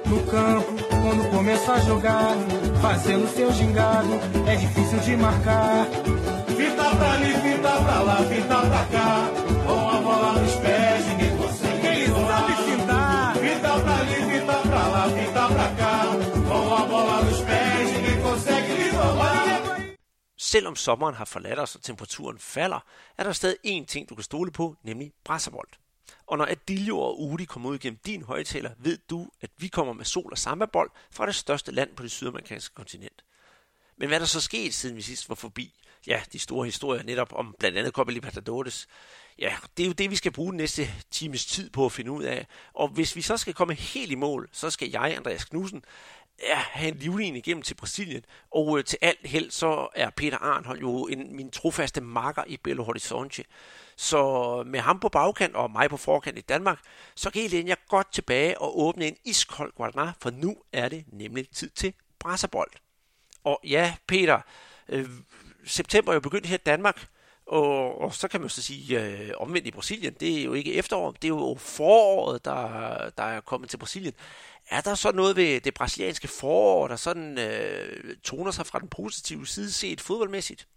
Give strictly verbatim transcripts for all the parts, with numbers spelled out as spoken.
no campo, quando começa a jogar, fazendo seu gingado, é difícil de marcar. Fita pra ali, fita pra lá, fita pra cá, com a bola nos pés, ninguém consegue. Quem sabe fintar? Fita pra ali, fita pra lá, fita pra cá, com a bola nos pés, ninguém consegue lhe roubar. Selvom sommeren har forladt os og temperaturen falder, er der stadig én ting, du kan stole på, nemlig brasserbold. Og når Adilio og Udi kommer ud gennem din højtaler, ved du, at vi kommer med sol- og samba-bold fra det største land på det sydamerikanske kontinent. Men hvad er der så sket, siden vi sidst var forbi? Ja, de store historier netop om blandt andet Copa Libertadores. Ja, det er jo det, vi skal bruge den næste times tid på at finde ud af. Og hvis vi så skal komme helt i mål, så skal jeg, Andreas Knudsen, ja, have en livline igennem til Brasilien. Og øh, til alt held, så er Peter Arnhold jo en, min trofaste makker i Belo Horizonte. Så med ham på bagkant og mig på forkant i Danmark, så kan I læne jer godt tilbage og åbne en iskold Guaraná, for nu er det nemlig tid til brasserbold. Og ja, Peter, øh, september er jo begyndt her i Danmark, og, og så kan man så sige øh, omvendt i Brasilien, det er jo ikke efterår, det er jo foråret, der, der er kommet til Brasilien. Er der så noget ved det brasilianske forår, der sådan øh, toner sig fra den positive side set fodboldmæssigt?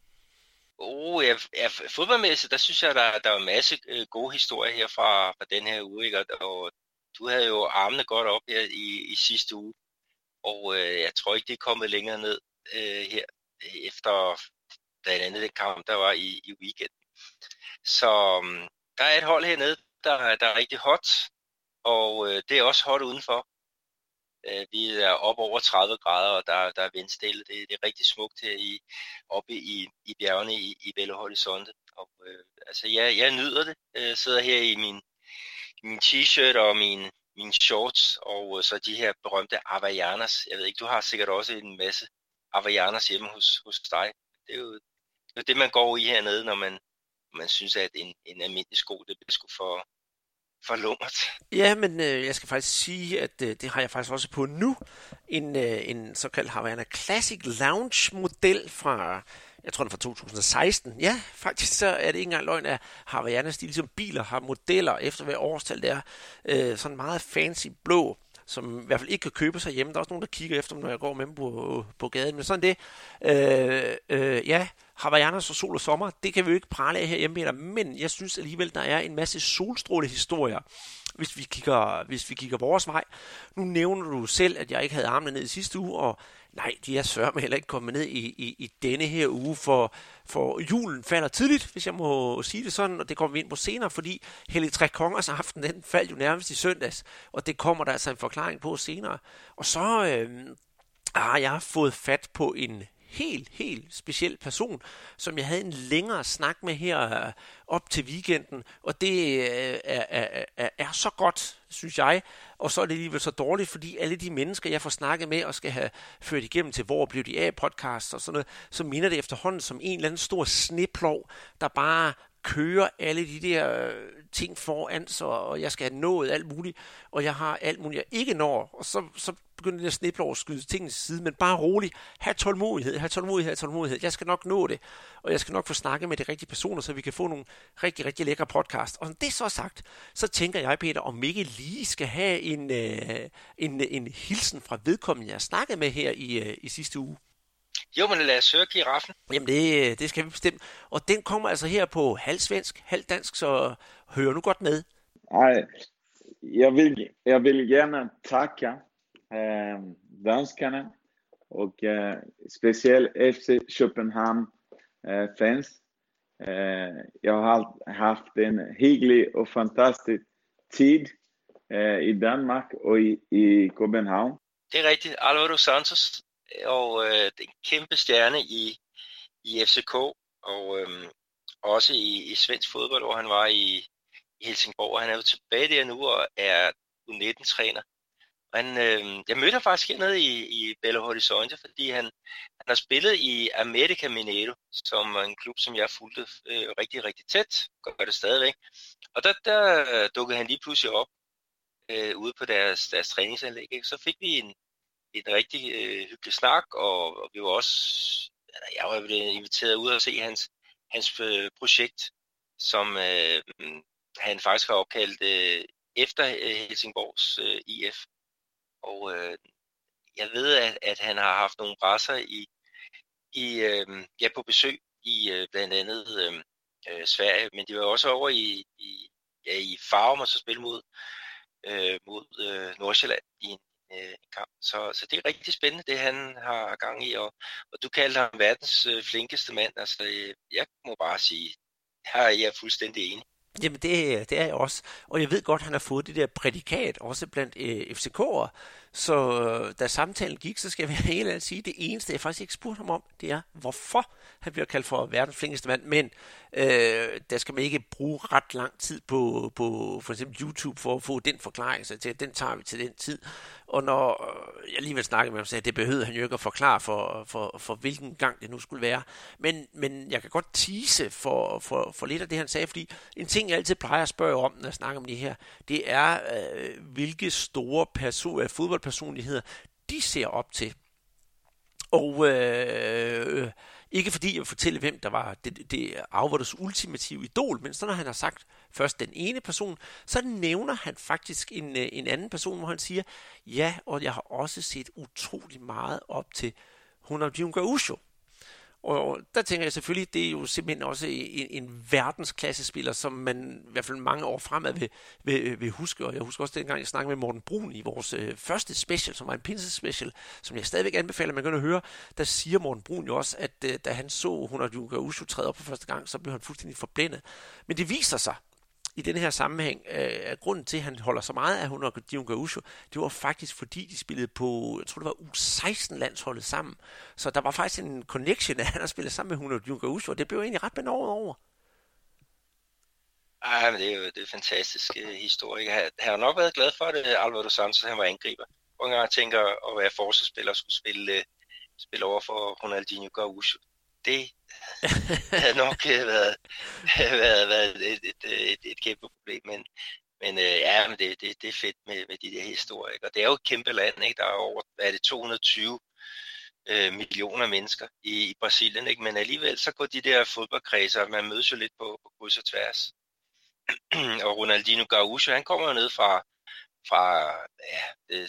Oh, ja, ja, fodboldmæssigt, der synes jeg, der, der er en masse øh, gode historier her fra, fra den her uge, ikke? Og du havde jo armene godt op her i, i sidste uge, og øh, jeg tror ikke, det er kommet længere ned øh, her, efter blandt andet den kamp, der var i, i weekenden. Så um, der er et hold hernede, der, der er rigtig hot, og øh, det er også hot udenfor. Øh, vi er op over tredive grader, og der, der er vindstille. Det, det er rigtig smukt her i, oppe i, i bjergene i, i Belo Horizonte. Og, øh, altså, jeg, jeg nyder det. Jeg sidder her i min, min t-shirt og min, mine shorts, og øh, så de her berømte Havaianas. Jeg ved ikke, du har sikkert også en masse Havaianas hjemme hos, hos dig. Det er jo det, er det man går i hernede, når man, man synes, at en, en almindelig sko, det bliver sgu for... for lummert. Ja, men øh, jeg skal faktisk sige, at øh, det har jeg faktisk også på nu. En, øh, en såkaldt Havaiana Classic Lounge model fra, jeg tror det er fra to tusind og seksten. Ja, faktisk så er det ikke engang løgn, at Havaianas, de ligesom biler har modeller efter hver årstal der. Øh, sådan meget fancy blå, som i hvert fald ikke kan købe sig hjemme. Der er også nogen, der kigger efter dem, når jeg går med dem på, på gaden. Men sådan det, øh, øh, ja, Havaianas og sol og sommer, det kan vi jo ikke prale af herhjemme, Peter, men jeg synes alligevel, der er en masse solstrålehistorier, hvis vi kigger, hvis vi kigger vores vej. Nu nævner du selv, at jeg ikke havde armene ned i sidste uge, og nej, de er sørme heller ikke kommet ned i, i, i denne her uge, for, for julen falder tidligt, hvis jeg må sige det sådan, og det kommer vi ind på senere, fordi Hellig Tre Kongers aften, den faldt jo nærmest i søndags, og det kommer der altså en forklaring på senere. Og så øh, har jeg fået fat på en helt, helt speciel person, som jeg havde en længere snak med her op til weekenden, og det er, er, er, er så godt, synes jeg, og så er det alligevel så dårligt, fordi alle de mennesker, jeg får snakket med og skal have ført igennem til Hvor blev de af podcast og sådan noget, så minder det efterhånden som en eller anden stor sneplov, der bare kører alle de der ting foran, så og jeg skal have nået alt muligt, og jeg har alt muligt, jeg ikke når, og så, så begynder det at sneplov at skyde tingene til side, men bare roligt, have tålmodighed, have tålmodighed, have tålmodighed, jeg skal nok nå det, og jeg skal nok få snakket med de rigtige personer, så vi kan få nogle rigtig, rigtig lækre podcast. Og når det så er sagt, så tænker jeg, Peter, om ikke lige skal have en, øh, en, en hilsen fra vedkommende, jeg har snakket med her i, øh, i sidste uge. Jo, men lad os høre giraffen. Jamen, det, det skal vi bestemme. Og den kommer altså her på halv svensk, halv dansk, så hør nu godt med. Nej, jag vill, jag vill gärna tacka eh, danskarna och eh, speciellt F C Köpenhamn eh, fans. Eh, jag har haft en hyggelig och fantastisk tid eh, i Danmark och i, i København. Det er rigtigt. Álvaro Santos og øh, den kæmpe stjerne i, i F C K, og øh, også i, i svensk fodbold, hvor han var i, i Helsingborg. Han er jo tilbage der nu og er U nitten-træner. Han, øh, jeg mødte ham faktisk hernede i, i Belo Horizonte, fordi han, han har spillet i América Mineiro, som er en klub, som jeg fulgte øh, rigtig, rigtig tæt. Gør det stadigvæk. Og der, der dukkede han lige pludselig op øh, ude på deres, deres træningsanlæg. Ikke? Så fik vi en en rigtig øh, hyggelig snak, og, og vi var også, jeg var blevet inviteret ud og se hans, hans øh, projekt, som øh, han faktisk har opkaldt øh, efter øh, Helsingborgs øh, I F. Og og øh, jeg ved, at, at han har haft nogle brasser i, i øh, ja, på besøg i øh, blandt andet øh, øh, Sverige, men de var også over i, i, ja, i Farum og så spille mod, øh, mod øh, Nordsjælland i en øh, kamp. Så, så det er rigtig spændende, det han har gang i, og, og du kaldte ham verdens øh, flinkeste mand. Altså, øh, jeg må bare sige, her er jeg fuldstændig enig. Jamen det, det er jeg også, og jeg ved godt, at han har fået det der prædikat, også blandt øh, F C K'ere, så øh, da samtalen gik, så skal jeg være helt ærlig sige, det eneste, jeg faktisk ikke spurgte ham om, det er, hvorfor han bliver kaldt for verdens flinkeste mand, men øh, der skal man ikke bruge ret lang tid på, på for eksempel YouTube for at få den forklaring, så til, den tager vi til den tid, og når øh, jeg alligevel snakkede med ham, så det behøvede han jo ikke at forklare for, for, for hvilken gang det nu skulle være, men, men jeg kan godt tease for, for, for lidt af det, han sagde, fordi en ting, jeg altid plejer at spørge om, når jeg snakker om det her, det er, øh, hvilke store person, fodboldpersonligheder de ser op til. Og øh, ikke fordi jeg vil fortælle, hvem der var det, det Alvaros ultimative idol, men så når han har sagt først den ene person, så nævner han faktisk en, en anden person, hvor han siger, ja, og jeg har også set utrolig meget op til Ronaldinho Gaúcho. Og der tænker jeg selvfølgelig, det er jo simpelthen også en, en verdensklassespiller, som man i hvert fald mange år fremad vil, vil, vil huske. Og jeg husker også dengang, jeg snakkede med Morten Brun i vores øh, første special, som var en pinse-special, som jeg stadigvæk anbefaler, man kan høre. Der siger Morten Brun jo også, at øh, da han så Ronaldinho Gaúcho træde op for første gang, så blev han fuldstændig forblændet. Men det viser sig i den her sammenhæng, øh, at grunden til, at han holder så meget af Ronaldinho Gaúcho, det var faktisk fordi, de spillede på, jeg tror det var U seksten landsholdet sammen. Så der var faktisk en connection, at han har spillet sammen med Ronaldinho Gaúcho, og det blev egentlig ret benovet over. Ej, men det er jo det er fantastisk uh, historie. Han har nok været glad for det, Alvaro Santos, han var angriber. Hvor engang jeg tænker at være forsvarsspiller og skulle spille, uh, spille over for Ronaldinho Gaúcho. Det havde nok været, været, været et, et, et, et kæmpe problem, men, men øh, ja, men det, det, det er fedt med, med de der historier, og det er jo et kæmpe land, ikke? Der er over, hvad er det, to hundrede og tyve øh, millioner mennesker i, i Brasilien, ikke? Men alligevel så går de der fodboldkredser, man mødes jo lidt på, på kryds og tværs. Og Ronaldinho Gaúcho, han kommer jo ned fra, fra ja, det,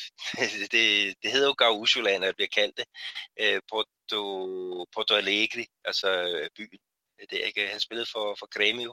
det, det hedder jo Gaúcho-land, at det bliver kaldt det, øh, Porto, Porto Alegre, altså byen. Det er ikke, han spillede for, for Grêmio,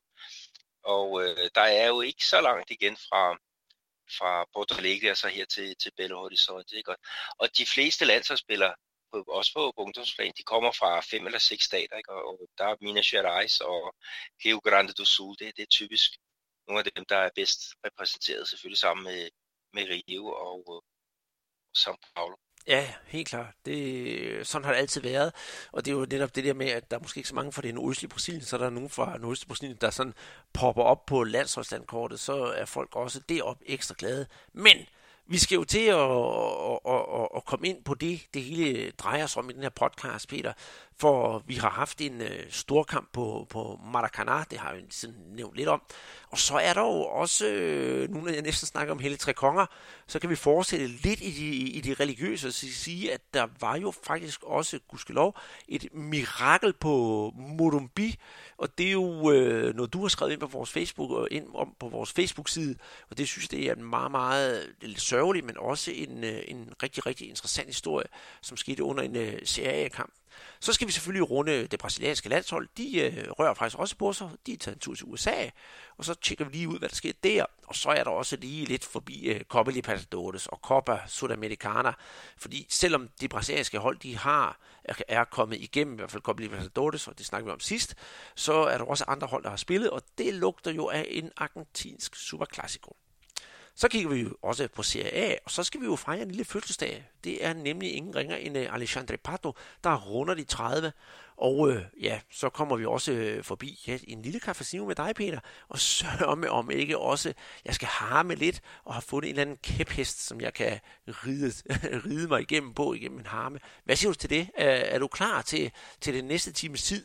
og øh, der er jo ikke så langt igen fra, fra Porto Alegre, altså her til, til Belo Horizonte, ikke? Og de fleste landsholdsspillere, også på ungdomsplan, de kommer fra fem eller seks stater, ikke? Og der er Minas Gerais og Rio Grande do Sul, det, det er typisk nogle af dem, der er bedst repræsenteret, selvfølgelig sammen med, med Rio og, og São Paulo. Ja, helt klart. Det, sådan har det altid været. Og det er jo netop det der med, at der er måske ikke så mange fra det nordøstlige Brasilien, så er der nogen fra nordøstlige Brasilien, der sådan popper op på landsholdslandkortet, så er folk også deroppe ekstra glade. Men vi skal jo til at, at, at, at komme ind på det, det hele drejer sig om i den her podcast, Peter. For vi har haft en uh, storkamp på, på Maracanã, det har jeg jo nævnt lidt om. Og så er der jo også, øh, nu når jeg næsten snakker om Hellige Tre Konger, så kan vi fortsætte lidt i de, i de religiøse og sige, at der var jo faktisk også, gudskelov, et mirakel på Morumbi. Og det er jo øh, noget, du har skrevet ind på vores Facebook og ind om på vores Facebook-side. Og det synes jeg, det er en meget, meget lidt sørgelig, men også en, en rigtig, rigtig interessant historie, som skete under en uh, Serie A-kamp. Så skal vi selvfølgelig runde det brasilianske landshold. De øh, rører faktisk også på sig. De er taget en tur til U S A, og så tjekker vi lige ud, hvad der sker der. Og så er der også lige lidt forbi øh, Copa Libertadores og Copa Sudamericana. Fordi selvom de brasilianske hold, de har, er kommet igennem, i hvert fald Copa Libertadores, og det snakker vi om sidst, så er der også andre hold, der har spillet, og det lugter jo af en argentinsk Superclásico. Så kigger vi jo også på Serie A, og så skal vi jo fejre en lille fødselsdag. Det er nemlig ingen ringer end Alexandre Pato, der runder de tredive. Og øh, ja, så kommer vi også øh, forbi ja, en lille cafecino med dig, Peter, og sørger med om ikke også, jeg skal harme lidt, og har fundet en eller anden kæphest, som jeg kan ride, ride mig igennem på, igennem en harme. Hvad siger du til det? Er, er du klar til, til den næste times tid?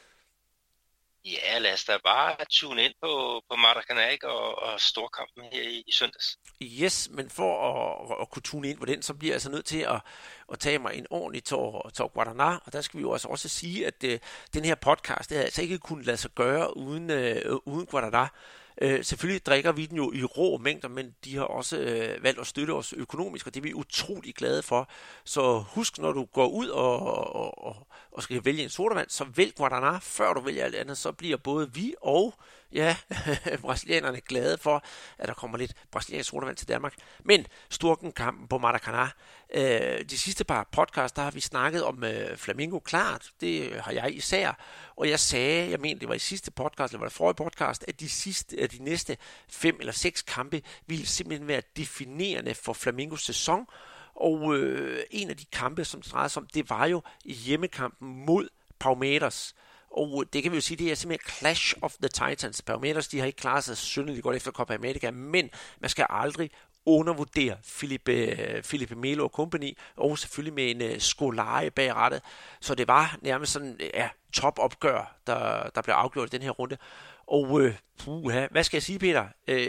Ja, lad os da bare tune ind på, på Maracanã og, og storkampen her i, i søndags. Yes, men for at, at kunne tune ind på den, så bliver jeg altså nødt til at, at tage mig en ordentlig tår, tår Guaraná, og der skal vi jo også, også sige, at uh, den her podcast, det har altså ikke kunnet lade sig gøre uden, uh, uden Guaraná. Øh, selvfølgelig drikker vi den jo i rå mængder, men de har også øh, valgt at støtte os økonomisk, og det er vi utrolig glade for. Så husk, når du går ud og, og, og, og skal vælge en sodavand, så vælg Guaraná, før du vælger alt andet, så bliver både vi og ja, brasilianerne glade for, at der kommer lidt brasiliansk sodavand til Danmark. Men Sturkenkampen på Maracanã, øh, de sidste par podcasts, der har vi snakket om øh, Flamengo, klart, det har jeg især, og jeg sagde, jeg mener det var i sidste podcast, eller var det forrige podcast, at de, sidste, at de næste fem eller seks kampe ville simpelthen være definerende for Flamengos sæson, og øh, en af de kampe, som det drejede sig om, det var jo hjemmekampen mod Palmeiras. Og det kan vi jo sige, det er simpelthen Clash of the Titans. Palmeiras, de har ikke klaret sig synderligt godt efter Copa America, men man skal aldrig undervurdere Felipe, Felipe Melo og company, og selvfølgelig med en uh, Scolari bag rattet. Så det var nærmest sådan ja, top-opgør, der, der blev afgjort i den her runde. Og øh, puha, hvad skal jeg sige, Peter?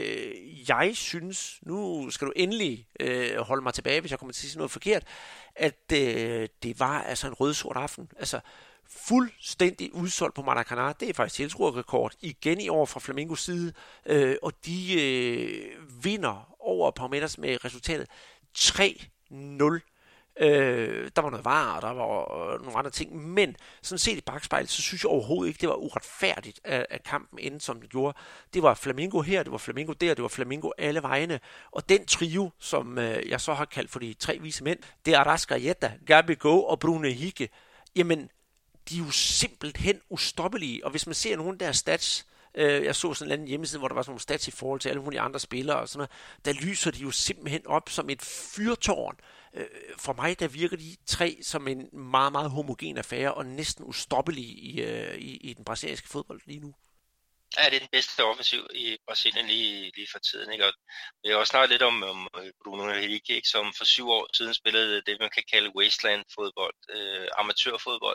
Øh, jeg synes, nu skal du endelig øh, holde mig tilbage, hvis jeg kommer til at sige noget forkert, at øh, det var altså en rød-sort aften. Altså fuldstændig udsolgt på Maracanã. Det er faktisk tilskuerrekord igen i år fra Flamengos side, øh, og de øh, vinder over Palmeiras med resultatet tre nul. Øh, der var noget var, og der var øh, nogle andre ting, men sådan set i bagspejlet, så synes jeg overhovedet ikke, det var uretfærdigt, at, at kampen endte, som den gjorde. Det var Flamengo her, det var Flamengo der, det var Flamengo alle vegne, og den trio, som øh, jeg så har kaldt for de tre vise mænd, det er Arrascaeta, Gabigol og Bruno Henrique, jamen, de er jo simpelthen ustoppelige, og hvis man ser nogle af deres stats, øh, jeg så sådan en anden hjemmeside, hvor der var sådan nogle stats i forhold til alle mulige andre spillere og sådan noget, der lyser de jo simpelthen op som et fyrtårn. Øh, for mig, der virker de tre som en meget, meget homogen affære, og næsten ustoppelige i, øh, i, i den brasilianske fodbold lige nu. Ja, det er den bedste offensiv i Brasilien lige, lige for tiden, ikke? Og vi har også snakket lidt om, om Bruno Henrique, ikke? Som for syv år siden spillede det, man kan kalde wasteland-fodbold, øh, amatørfodbold.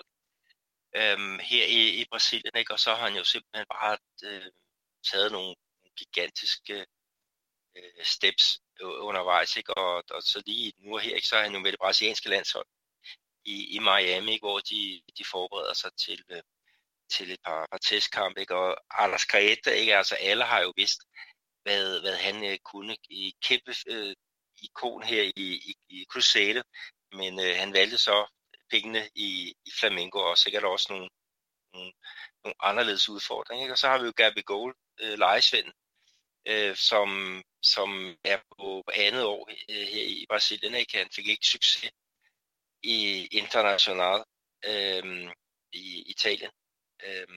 Øhm, her i, i Brasilien, ikke? Og så har han jo simpelthen bare øh, taget nogle gigantiske øh, steps undervejs, ikke? Og, og så lige nu og her, ikke? Så er han jo med det brasilianske landshold i, i Miami, ikke? Hvor de, de forbereder sig til, øh, til et par, par testkampe, ikke? Og Arrascaeta, ikke? Altså alle har jo vidst, hvad, hvad han øh, kunne i kæmpe øh, ikon her i, i, i Cruzeiro, men øh, han valgte så pengene i, i Flamengo, og sikkert også nogle, nogle, nogle anderledes udfordringer. Ikke? Og så har vi jo Gabigol, øh, lejesvend, øh, som, som er på andet år øh, her i Brasilien. Ikke? Han fik ikke succes i International øh, i Italien. Øh,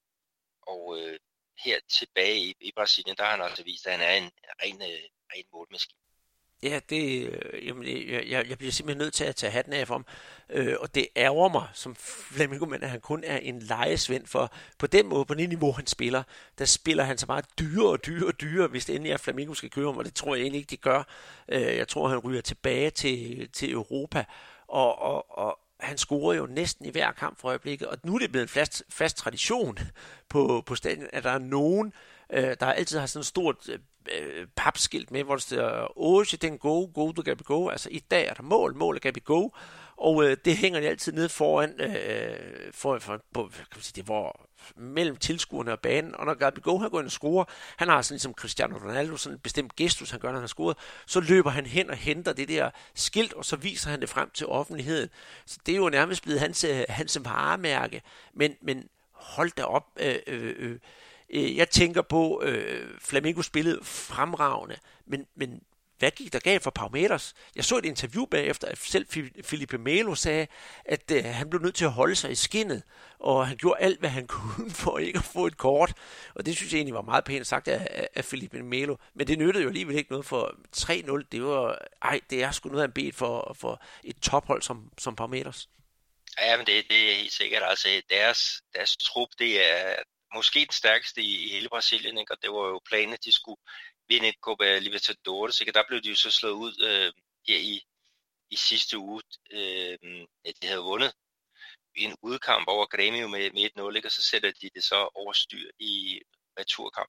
og øh, her tilbage i, i Brasilien, der har han altså vist, at han er en ren, øh, ren målmaskine. Ja, det, øh, jamen, jeg, jeg bliver simpelthen nødt til at tage hatten af for ham, øh, og det ærger mig som Flamengo, at han kun er en lejesvend, for på den måde, på det niveau han spiller, der spiller han så meget dyrere og dyrere og dyrere, hvis det endelig er Flamengo skal køre ham, og det tror jeg egentlig ikke, de gør. Øh, jeg tror, han ryger tilbage til, til Europa, og, og, og han scorer jo næsten i hver kamp for øjeblikket, og nu er det blevet en fast, fast tradition på, på stadion, at der er nogen, øh, der altid har sådan et stort øh, papskilt med, hvor der står, Hoje den go, go du Gabigol, altså i dag er der mål, mål af Gabigol, og øh, det hænger de altid nede foran, øh, for, for, på, kan man sige, det var mellem tilskuerne og banen, og når Gabigol har gået ind og scorer, han har sådan ligesom Cristiano Ronaldo, sådan en bestemt gestus, han gør, når han har scoret, så løber han hen og henter det der skilt, og så viser han det frem til offentligheden. Så det er jo nærmest blevet hans, hans varemærke, men, men hold da op, øh, øh, øh, jeg tænker på, øh, Flamengo spillede fremragende, men, men hvad gik der galt for Palmeiras? Jeg så et interview bagefter, at selv Felipe Melo sagde, at øh, han blev nødt til at holde sig i skindet, og han gjorde alt, hvad han kunne for ikke at få et kort. Og det synes jeg egentlig var meget pænt sagt af, af Felipe Melo. Men det nyttede jo alligevel ikke noget, for tre nul, det var, ej, det er sgu noget af en bed for, for et tophold som, som Palmeiras. Ja, men det, det er helt sikkert. Altså, deres, deres trup, det er måske den stærkeste i, i hele Brasilien, ikke? Og det var jo planen, at de skulle vinde Copa Libertadores, ikke? Der blev de jo så slået ud øh, her i, i sidste uge. Øh, at de havde vundet en udkamp over Grêmio med, med et nul, ikke? Og så sætter de det så over styr i returkamp.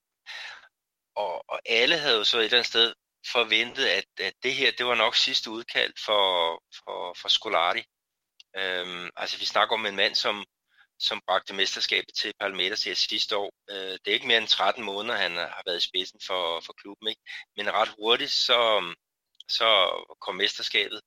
Og, og alle havde jo så et eller andet sted forventet, at, at det her, det var nok sidste udkald for, for, for Scolari. Øh, altså vi snakker om en mand, som, som bragte mesterskabet til Palmeiras her sidste år. Øh, det er ikke mere end tretten måneder, han har været i spidsen for, for klubben, ikke? Men ret hurtigt, så, så kom mesterskabet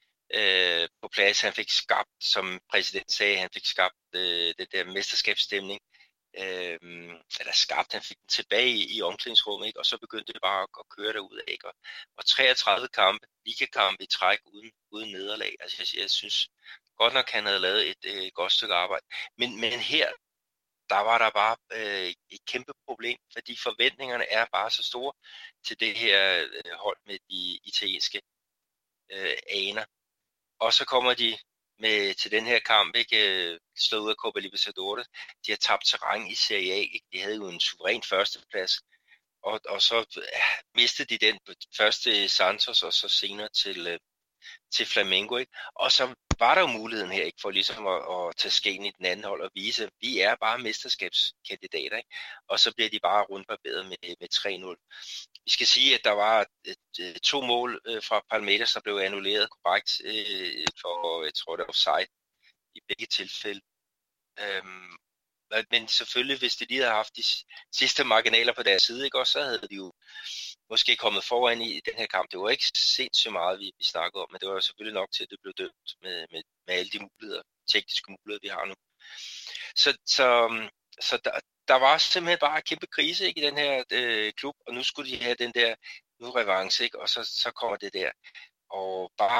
øh, på plads. Han fik skabt, som præsident sagde, han fik skabt øh, det der mesterskabsstemning. Øh, eller skabt, han fik den tilbage i, i omklædningsrummet, ikke? Og så begyndte det bare at, at køre derud af. Og, og treogtredive kampe, ligakampe i træk uden, uden nederlag. Altså jeg, jeg synes godt nok, han havde lavet et, et godt stykke arbejde. Men, men her, der var der bare øh, et kæmpe problem, fordi forventningerne er bare så store til det her øh, hold med de italienske øh, aner. Og så kommer de med til den her kamp, ikke, slået ud af Copa Libertadores. De har tabt terræn i Serie A, ikke? De havde jo en suveræn førsteplads, og, og så ja, mistede de den første Santos, og så senere til, øh, til Flamengo, ikke? Og så var der jo muligheden her, ikke, for ligesom at, at tage skeen i den anden hold og vise, at vi er bare mesterskabskandidater, ikke? Og så bliver de bare rundbarberet med, med tre nul. Vi skal sige, at der var et, et, to mål øh, fra Palmeiras, der blev annulleret korrekt øh, for, jeg tror det var offside i begge tilfælde. Øhm, men selvfølgelig, hvis de lige havde haft de sidste marginaler på deres side, ikke, også, så havde de jo måske kommet foran i den her kamp. Det var ikke sindssygt meget, vi, vi snakkede om, men det var selvfølgelig nok til, at det blev dømt med, med, med alle de muligheder, tekniske muligheder, vi har nu. Så, så, så der, der var simpelthen bare en kæmpe krise, ikke, i den her øh, klub, og nu skulle de have den der nu revanche, ikke, og så, så kommer det der. Og bare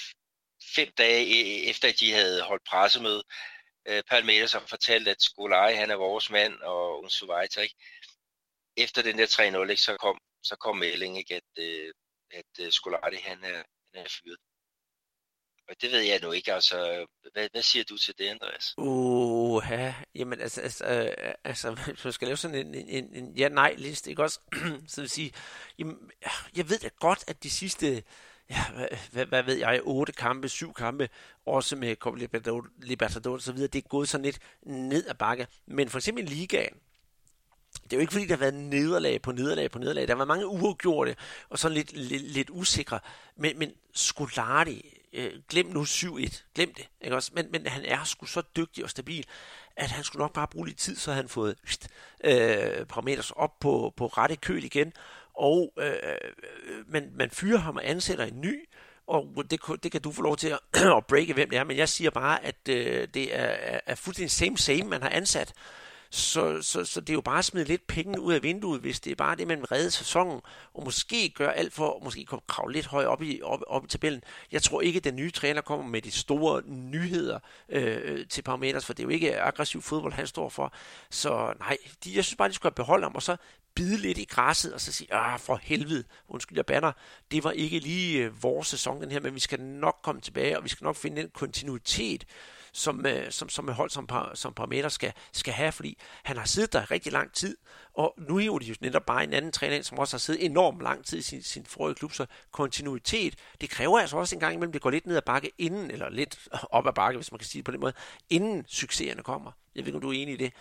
fem dage efter, at de havde holdt pressemøde, øh, Palmeiras har fortalt, at Scolari, han er vores mand, og Unzuwaita, ikke? Efter den der tre nul, ikke, så kom så kom meldingen, ikke, at, øh, at uh, Scolari, han er, han er fyret. Og det ved jeg nu ikke, altså, hvad, hvad siger du til det, Andreas? Uh, ja, jamen altså, altså, øh, altså, hvis man skal lave sådan en, en, en ja-nej-liste, ikke også? Så vil sige, jamen, jeg ved da godt, at de sidste, ja, hvad, hvad ved jeg, otte kampe, syv kampe, også med Copa Libertadores og så videre, det er gået sådan lidt ned ad bakke. Men for eksempel i ligaen, det er jo ikke fordi, der har været nederlag på nederlag på nederlag. Der har været mange uafgjorte og sådan lidt, lidt, lidt usikre. Men, men Scolari, øh, glem nu syv et. Glem det. Ikke også? Men, men han er sgu så dygtig og stabil, at han skulle nok bare bruge lidt tid, så han fået øh, parameters op på, på rette køl igen. Og øh, man, man fyrer ham og ansætter en ny. Og det, det kan du få lov til at, at breake, hvem det er. Men jeg siger bare, at øh, det er, er fuldstændig same same, man har ansat. Så, så, så det er jo bare at smide lidt penge ud af vinduet, hvis det er bare det, man vil redde sæsonen, og måske gøre alt for, måske komme kravle lidt højt op i, op, op i tabellen. Jeg tror ikke, at den nye træner kommer med de store nyheder øh, til Palmeiras, for det er jo ikke aggressiv fodbold, han står for. Så nej, de, jeg synes bare, de skulle beholde ham, og så bide lidt i græsset, og så sige, ah, for helvede, undskyld, jeg banner, det var ikke lige øh, vores sæson, den her, men vi skal nok komme tilbage, og vi skal nok finde den kontinuitet, som, øh, som, som et hold som, som Palmeiras skal, skal have, fordi han har siddet der rigtig lang tid, og nu er jo de jo netop bare en anden træner, som også har siddet enormt lang tid i sin, sin forrige klub, så kontinuitet, det kræver altså også en gang imellem, det går lidt ned ad bakke inden, eller lidt op ad bakke, hvis man kan sige det på den måde, inden succeserne kommer. Jeg ved ikke, om du er enig i det?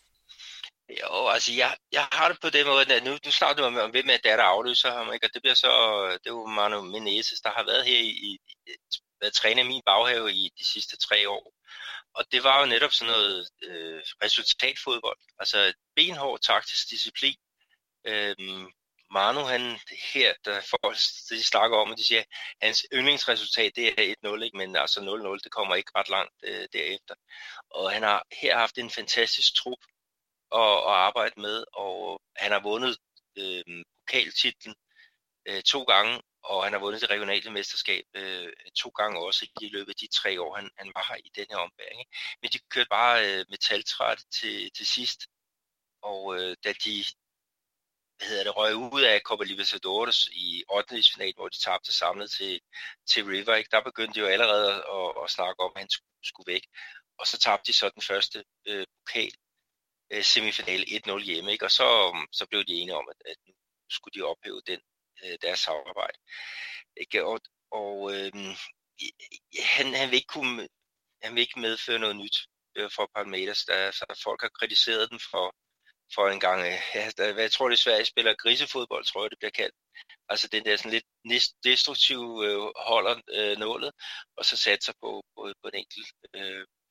Jo, altså jeg, jeg har det på den måde, at nu, nu snakker du om, om hvem er der, der afløser ham, ikke? Og det bliver så, det er jo Manu Menezes, der har været her i, i været træner i min baghave i de sidste tre år. Og det var jo netop sådan noget øh, resultatfodbold, altså benhård taktisk disciplin. Øhm, Manu, han her, der folk de snakker om, og de siger, at hans yndlingsresultat, det er et nul, ikke? Men altså nul nul, det kommer ikke ret langt øh, derefter. Og han har her haft en fantastisk trup at, at arbejde med, og han har vundet øh, pokaltitlen øh, to gange, og han har vundet det regionale mesterskab øh, to gange også i løbet af de tre år, han, han var her i den her ombæring. Ikke? Men de kørte bare øh, metaltræt til, til sidst, og øh, da de hvad hedder det, røg ud af Copa Libertadores i ottende-finalen, hvor de tabte samlet til, til River, ikke? Der begyndte de jo allerede at, at snakke om, at han skulle, skulle væk. Og så tabte de så den første øh, pokal øh, semifinale et nul hjemme, ikke? Og så, så blev de enige om, at, at nu skulle de ophæve den, øh, deres samarbejde. Ikke? Og, og øh, han, han, vil ikke kunne, han vil ikke medføre noget nyt øh, for Palmeiras. Der, så folk har kritiseret den for for en gang, ja, der, jeg tror det er Sverige spiller grisefodbold, tror jeg det bliver kaldt. Altså den der sådan lidt destruktive øh, holder øh, nålet, og så satser på, på, på en enkelt øh,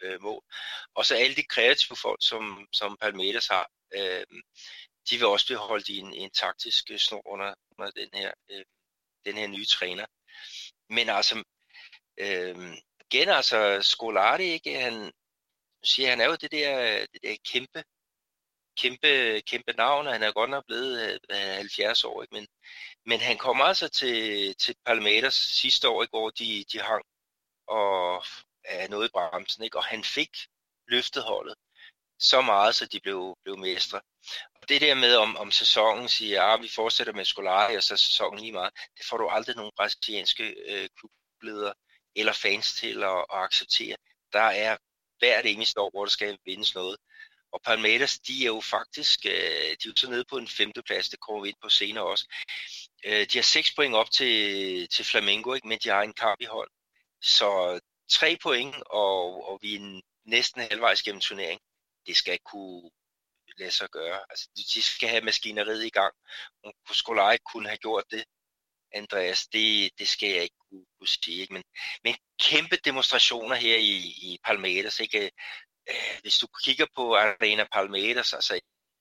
øh, mål. Og så alle de kreative folk, som, som Palmeiras har, øh, de vil også blive holdt i en, en taktisk snor under, under den, her, øh, den her nye træner. Men altså, øh, igen altså, Scolari, ikke, han, siger, han er jo det der, det der kæmpe, kæmpe, kæmpe navn, og han er godt nok blevet øh, halvfjerds år, ikke? Men, men han kom altså til, til Palmeiras sidste år, ikke, hvor de, de hang og er noget i bremsen, ikke? Og han fik løftet holdet så meget, så de blev, blev mestre. Og det der med, om, om sæsonen siger, at ah, vi fortsætter med Scolari, og så sæsonen lige meget, det får du aldrig nogen brasilianske øh, klubledere eller fans til at, at acceptere. Der er hvert eneste år, hvor der skal vindes noget. Og Palmeiras, de er jo faktisk, øh, de er jo så nede på en femteplads, det kommer vi ind på senere også. Øh, de har seks point op til, til Flamengo, ikke? Men de har en kamp i hold. Så tre point, og, og vi er næsten halvvejs gennem turnering. Det skal kunne lade sig gøre. Altså, de skal have maskineriet i gang. Om Scolari kunne have gjort det, Andreas, det, det skal jeg ikke kunne, kunne sige. Ikke? Men, men kæmpe demonstrationer her i, i Palmeiras. Ikke? Øh, hvis du kigger på Arena Palmeiras, altså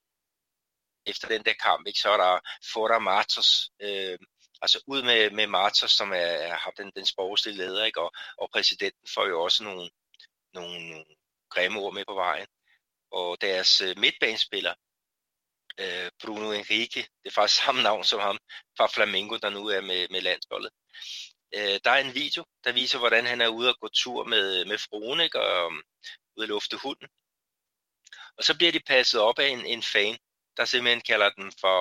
efter den der kamp, ikke, så er der Fora Matos, øh, altså ud med, med Matos, som er, har den, den sportslige leder, ikke? Og, og præsidenten får jo også nogle, nogle, nogle grimme ord med på vejen. Og deres øh, midtbanespiller, øh, Bruno Henrique, det er faktisk samme navn som ham, fra Flamengo, der nu er med, med landsholdet. Øh, der er en video, der viser, hvordan han er ude at gå tur med, med fruen, ikke? Og um, ude at lufte hunden. Og så bliver de passet op af en, en fan, der simpelthen kalder den for,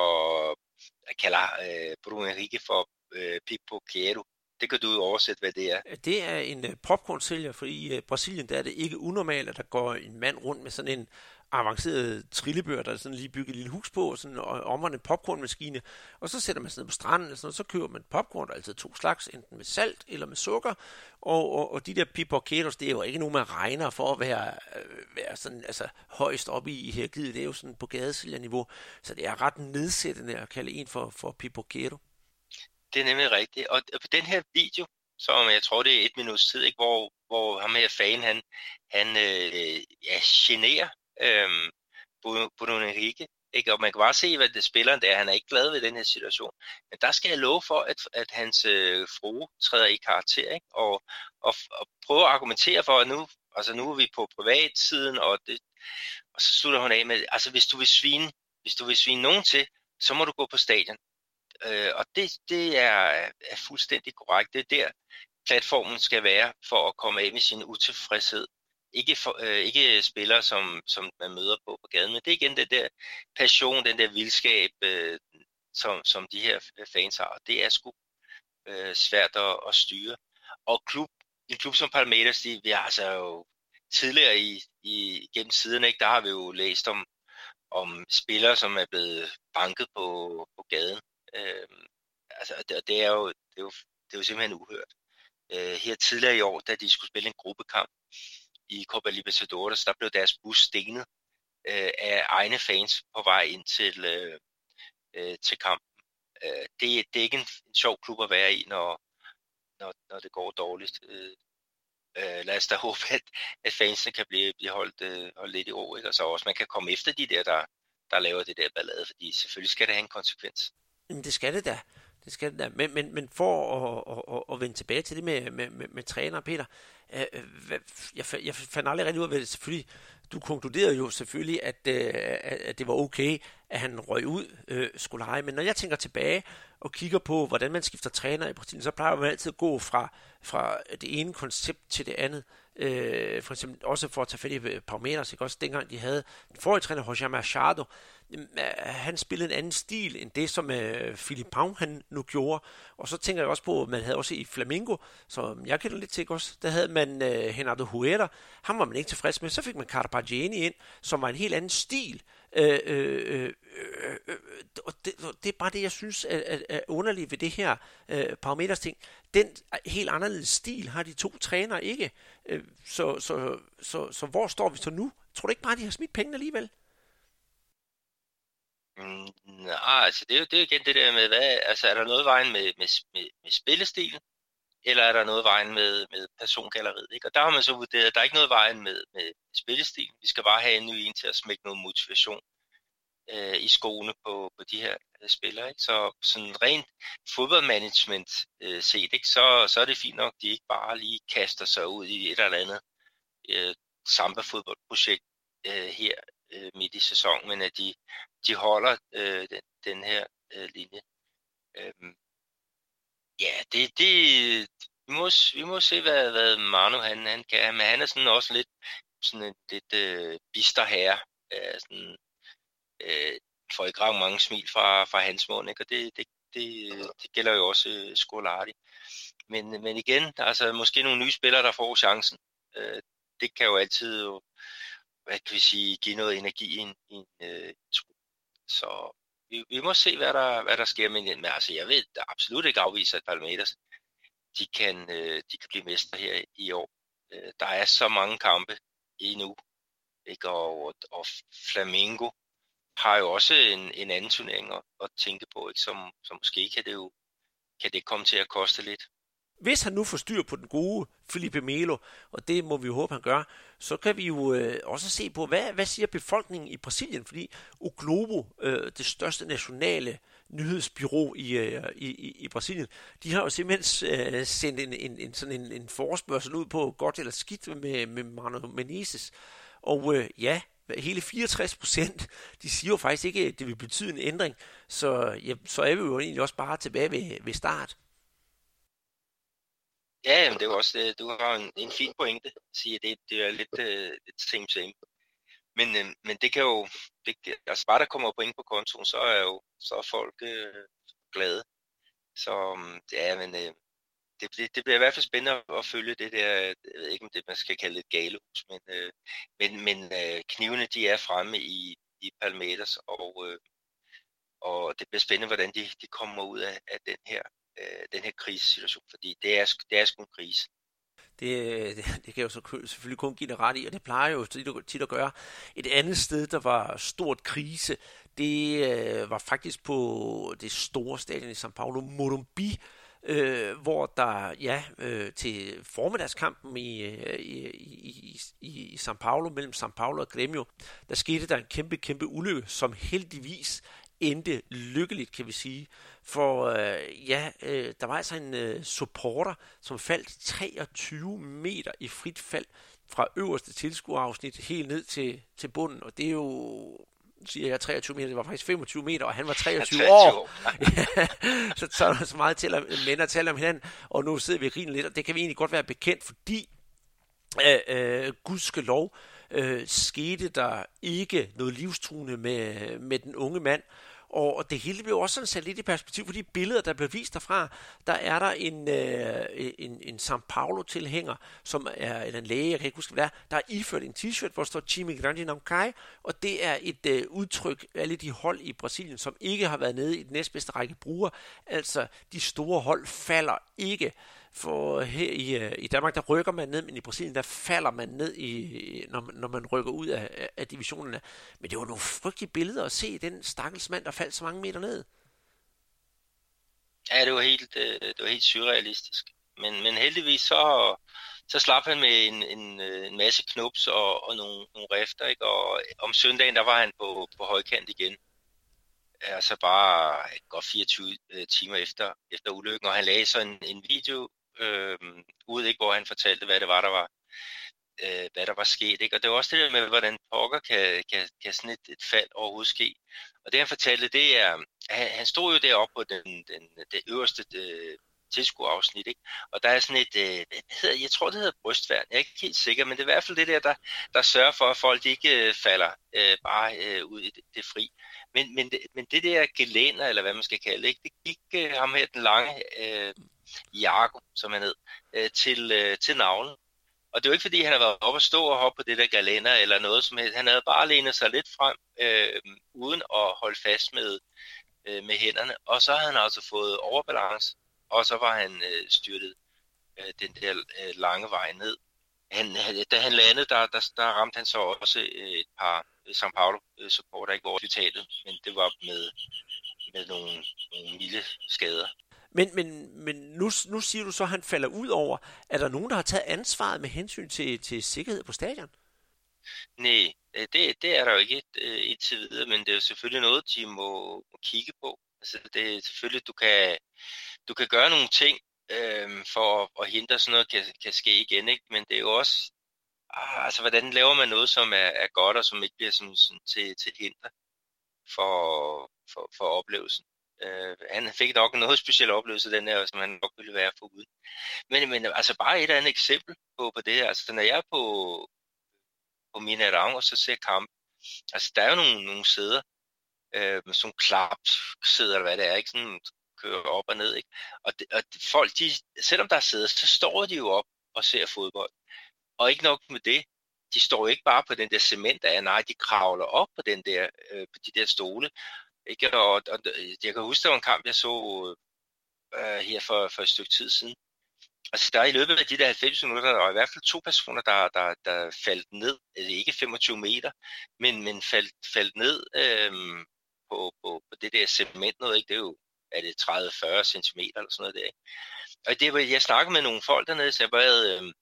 kalder øh, Bruno Henrique for øh, pipoquero. Det kan du jo oversætte, hvad det er. Det er en uh, popcorn-sælger, for i uh, Brasilien der er det ikke unormalt, at der går en mand rundt med sådan en avanceret trillebør, der er sådan lige bygget et lille hus på, og sådan og omrende popcornmaskine, og så sætter man sådan noget på stranden, og, sådan, og så køber man popcorn, der er altid to slags, enten med salt eller med sukker, og, og, og de der pipoqueros, det er jo ikke nogen, man regner for at være, øh, være sådan, altså, højst oppe i hierarkiet, det er jo sådan på gadesælgerniveau, så det er ret nedsættende at kalde en for, for pipoquero. Det er nemlig rigtigt, og på den her video, som jeg tror det er et minuts tid, ikke, hvor, hvor ham her fan, han, han øh, ja, generer Øhm, Bruno Henrique, ikke? Og man kan bare se, hvad det spilleren der, han er ikke glad ved den her situation. Men der skal jeg love for, at, at hans øh, frue træder i karakter, ikke? Og, og, og prøve at argumentere for, at nu, altså nu er vi på privatsiden, og, det, og så slutter hun af med, altså hvis du vil svine, hvis du vil svine nogen til, så må du gå på stadion. Øh, og det, det er, er fuldstændig korrekt. Det er der, platformen skal være for at komme af med sin utilfredshed. Ikke, for, øh, ikke spillere, som, som man møder på på gaden, men det er igen den der passion, den der vildskab, øh, som, som de her fans har. Det er sgu øh, svært at, at styre. Og klub, en klub som Palmeiras, de, vi har altså jo tidligere i, i, gennem siden, ikke, der har vi jo læst om, om spillere, som er blevet banket på, på gaden. Øh, altså, det, det, er jo, det, er jo, det er jo simpelthen uhørt. Øh, her tidligere i år, da de skulle spille en gruppekamp i Copa Libertadores, der blev deres bus stenet øh, af egne fans på vej ind til, øh, øh, til kampen. Øh, det, det er ikke en, en sjov klub at være i, når, når, når det går dårligt. Øh, øh, lad os da håbe, at, at fansene kan blive, blive holdt, øh, holdt lidt i ro, ikke? Og så også man kan komme efter de der, der, der laver det der ballade, fordi selvfølgelig skal det have en konsekvens. Jamen det skal det da. Det skal det da. Men, men, men for at, at, at, at vende tilbage til det med, med, med, med træner, Peter, øh, jeg, jeg fandt aldrig rigtig ud af det. Selvfølgelig, du konkluderede jo selvfølgelig, at, øh, at det var okay, at han røg ud, øh, Scolari. Men når jeg tænker tilbage og kigger på, hvordan man skifter træner i Brasilien, så plejer man altid at gå fra, fra det ene koncept til det andet. Øh, for eksempel også for at tage fat i Palmeiras, ikke? Også dengang de havde den forrige træner, Roger Machado, han spillede en anden stil end det, som uh, Filipão han nu gjorde. Og så tænker jeg også på, at man havde også i Flamengo, som jeg kender lidt til også, der havde man uh, Renato Huerta, ham var man ikke tilfreds med. Så fik man Carpegiani ind, som var en helt anden stil. Uh, uh, uh, uh, uh, og det, det er bare det, jeg synes er, er, er underligt ved det her uh, Palmeiras ting. Den helt anderledes stil har de to trænere ikke. Uh, så, så, så, så hvor står vi så nu? Tror du ikke bare, de har smidt pengene alligevel? Mm, nej, altså det er jo det er igen det der med, hvad, altså er der noget i vejen med, med, med, med spillestilen, eller er der noget i vejen med, med persongalleriet, ikke? Og der har man så vurderet, at der er ikke noget i vejen med, med spillestil. Vi skal bare have en ny en til at smække noget motivation øh, i skoene på, på de her øh, spillere, ikke? Så sådan rent fodboldmanagement øh, set, ikke? Så, så er det fint nok, at de ikke bare lige kaster sig ud i et eller andet øh, samba-fodboldprojekt øh, her øh, midt i sæsonen, men at de, de holder øh, den, den her øh, linje. Øhm, ja, det, det vi må, vi må se, hvad, hvad Manu han, han kan, men han er sådan også lidt sådan en lidt øh, bister herre, øh, sådan, øh, får ikke ret mange smil fra, fra hans mund, ikke? Og det, det, det, det gælder jo også øh, Scolari. Men, men igen, der er altså måske nogle nye spillere, der får chancen. Øh, det kan jo altid jo, hvad kan vi sige, give noget energi i en, i en øh, trup. Så vi, vi må se, hvad der, hvad der sker med den. Men altså, jeg ved absolut ikke afvise, at Palmeiras de kan, øh, de kan blive mestre her i år. Øh, der er så mange kampe endnu, ikke? Og, og Flamengo har jo også en, en anden turnering at, at tænke på, ikke? Som, som måske kan det jo kan det komme til at koste lidt. Hvis han nu får styr på den gode Felipe Melo, og det må vi jo håbe, han gør, så kan vi jo øh, også se på, hvad, hvad siger befolkningen i Brasilien? Fordi O Globo, øh, det største nationale nyhedsbyrå i, øh, i, i Brasilien, de har jo simpelthen øh, sendt en, en, en, sådan en, en forespørgsel ud på godt eller skidt med, med Mano Menezes. Og øh, ja, hele fireogtres procent, de siger jo faktisk ikke, at det vil betyde en ændring. Så, ja, så er vi jo egentlig også bare tilbage ved, ved start. Ja, men det er jo også, du har en, en fin pointe, at sige, at det, det er lidt, uh, lidt same same. Men, uh, men det kan jo, det, altså bare der kommer point på kontoen, så er jo så er folk uh, glade. Så um, ja, men uh, det, det, det bliver i hvert fald spændende at følge det der, jeg ved ikke om det man skal kalde et galehus, men, uh, men, men uh, knivene de er fremme i, i Palmeiras, og, uh, og det bliver spændende, hvordan de, de kommer ud af, af den her den her krisesituation, fordi det er, det er sgu en krise. Det, det, det kan jeg jo så selvfølgelig kun give dig ret i, og det plejer jo tit, tit at gøre. Et andet sted, der var stort krise, det øh, var faktisk på det store stadion i São Paulo, Morumbi, øh, hvor der ja øh, til formiddagskampen i, i, i, i, i São Paulo, mellem São Paulo og Grêmio, der skete der en kæmpe, kæmpe ulykke, som heldigvis endte lykkeligt, kan vi sige. For øh, ja, øh, der var altså en øh, supporter, som faldt treogtyve meter i frit fald fra øverste tilskuerafsnit helt ned til, til bunden. Og det er jo, siger jeg treogtyve meter, det var faktisk femogtyve meter, og han var treogtyve år. Ja, så, så er der så meget til at mænd at tale om hinanden. Og nu sidder vi og griner lidt, og det kan vi egentlig godt være bekendt, fordi øh, øh, gudskelov øh, skete der ikke noget livstruende med, med den unge mand. Og det hele bliver også sådan sat lidt i perspektiv, for de billeder, der bliver vist derfra, der er der en, øh, en, en São Paulo-tilhænger, som er eller en læge, jeg kan ikke huske, hvad det er, der er iført en t-shirt, hvor der står Time Grande não cai, og det er et øh, udtryk af alle de hold i Brasilien, som ikke har været nede i den næstbedste række brugere. Altså, de store hold falder ikke. For her i, i Danmark, der rykker man ned, men i Brasilien, der falder man ned, i, når, når man rykker ud af, af divisionerne. Men det var nogle frygtelige billeder at se den stakkels mand, der faldt så mange meter ned. Ja, det var helt, det var helt surrealistisk. Men, men heldigvis så, så slap han med en, en, en masse knups og, og nogle, nogle rifter, ikke? Og om søndagen, der var han på, på højkant igen. Altså bare godt fireogtyve timer efter, efter ulykken, og han lagde så en, en video øh, ud, ikke, hvor han fortalte, hvad det var, der var, øh, hvad der var sket. Ikke? Og det var også det der med, hvordan pokker kan, kan, kan sådan et, et fald overhovedet ske. Og det han fortalte, det er, han, han stod jo deroppe på den, den, det øverste øh, tilskuerafsnit, ikke? Og der er sådan et, øh, hedder, jeg tror det hedder brystværn, jeg er ikke helt sikker, men det er i hvert fald det der, der, der sørger for, at folk ikke øh, falder øh, bare øh, ud i det, det fri. Men, men, det, men det der gelænder, eller hvad man skal kalde det, det gik øh, ham her, den lange øh, Iago, som han hed, øh, til, øh, til navlen. Og det var ikke fordi, han havde været oppe og stå og hoppe på det der gelænder, eller noget som helst. Han havde bare lænet sig lidt frem, øh, uden at holde fast med, øh, med hænderne. Og så havde han altså fået overbalance, og så var han øh, styrtet øh, den der øh, lange vej ned. Han, da han landede, der, der, der ramte han så også et par São Paulo-supporter, ikke, hvor hospitalet, men det var med, med nogle, nogle milde skader. Men, men, men nu, nu siger du så, at han falder ud over. Er der nogen, der har taget ansvaret med hensyn til, til sikkerhed på stadion? Nej, det, det er der jo ikke et, indtil videre, men det er jo selvfølgelig noget, de må, må kigge på. Altså det er selvfølgelig, du kan, du kan gøre nogle ting øh, for at hindre sådan noget kan, kan ske igen, ikke? Men det er jo også, ah, altså hvordan laver man noget, som er, er godt og som ikke bliver sådan, sådan til, til hinder for, for, for oplevelsen. Uh, han fik nok noget speciel oplevelse, den her, som han nok ville være foruden. Men, men altså bare et andet eksempel på, på det her. Altså når jeg er på, på mine arrangementer, så ser kamp. Altså der er jo nogle, nogle sæder, øh, med sådan klapsæder, eller hvad det er, ikke? Sådan kører op og ned, ikke? Og, de, og folk, de, selvom der er sæder, så står de jo op og ser fodbold. Og ikke nok med det, de står jo ikke bare på den der cement, der er, nej, de kravler op på, den der, øh, på de der stole. Ikke? Og, og jeg kan huske, der var en kamp, jeg så øh, her for, for et stykke tid siden. Altså der er i løbet af de der halvfems minutter, der var i hvert fald to personer, der, der, der faldt ned, altså ikke femogtyve meter, men, men faldt, faldt ned øh, på, på, på det der cement noget, ikke? Det er jo er det tredive til fyrre centimeter eller sådan noget der, ikke? Og det var, jeg snakkede med nogle folk dernede, så jeg bare, øh,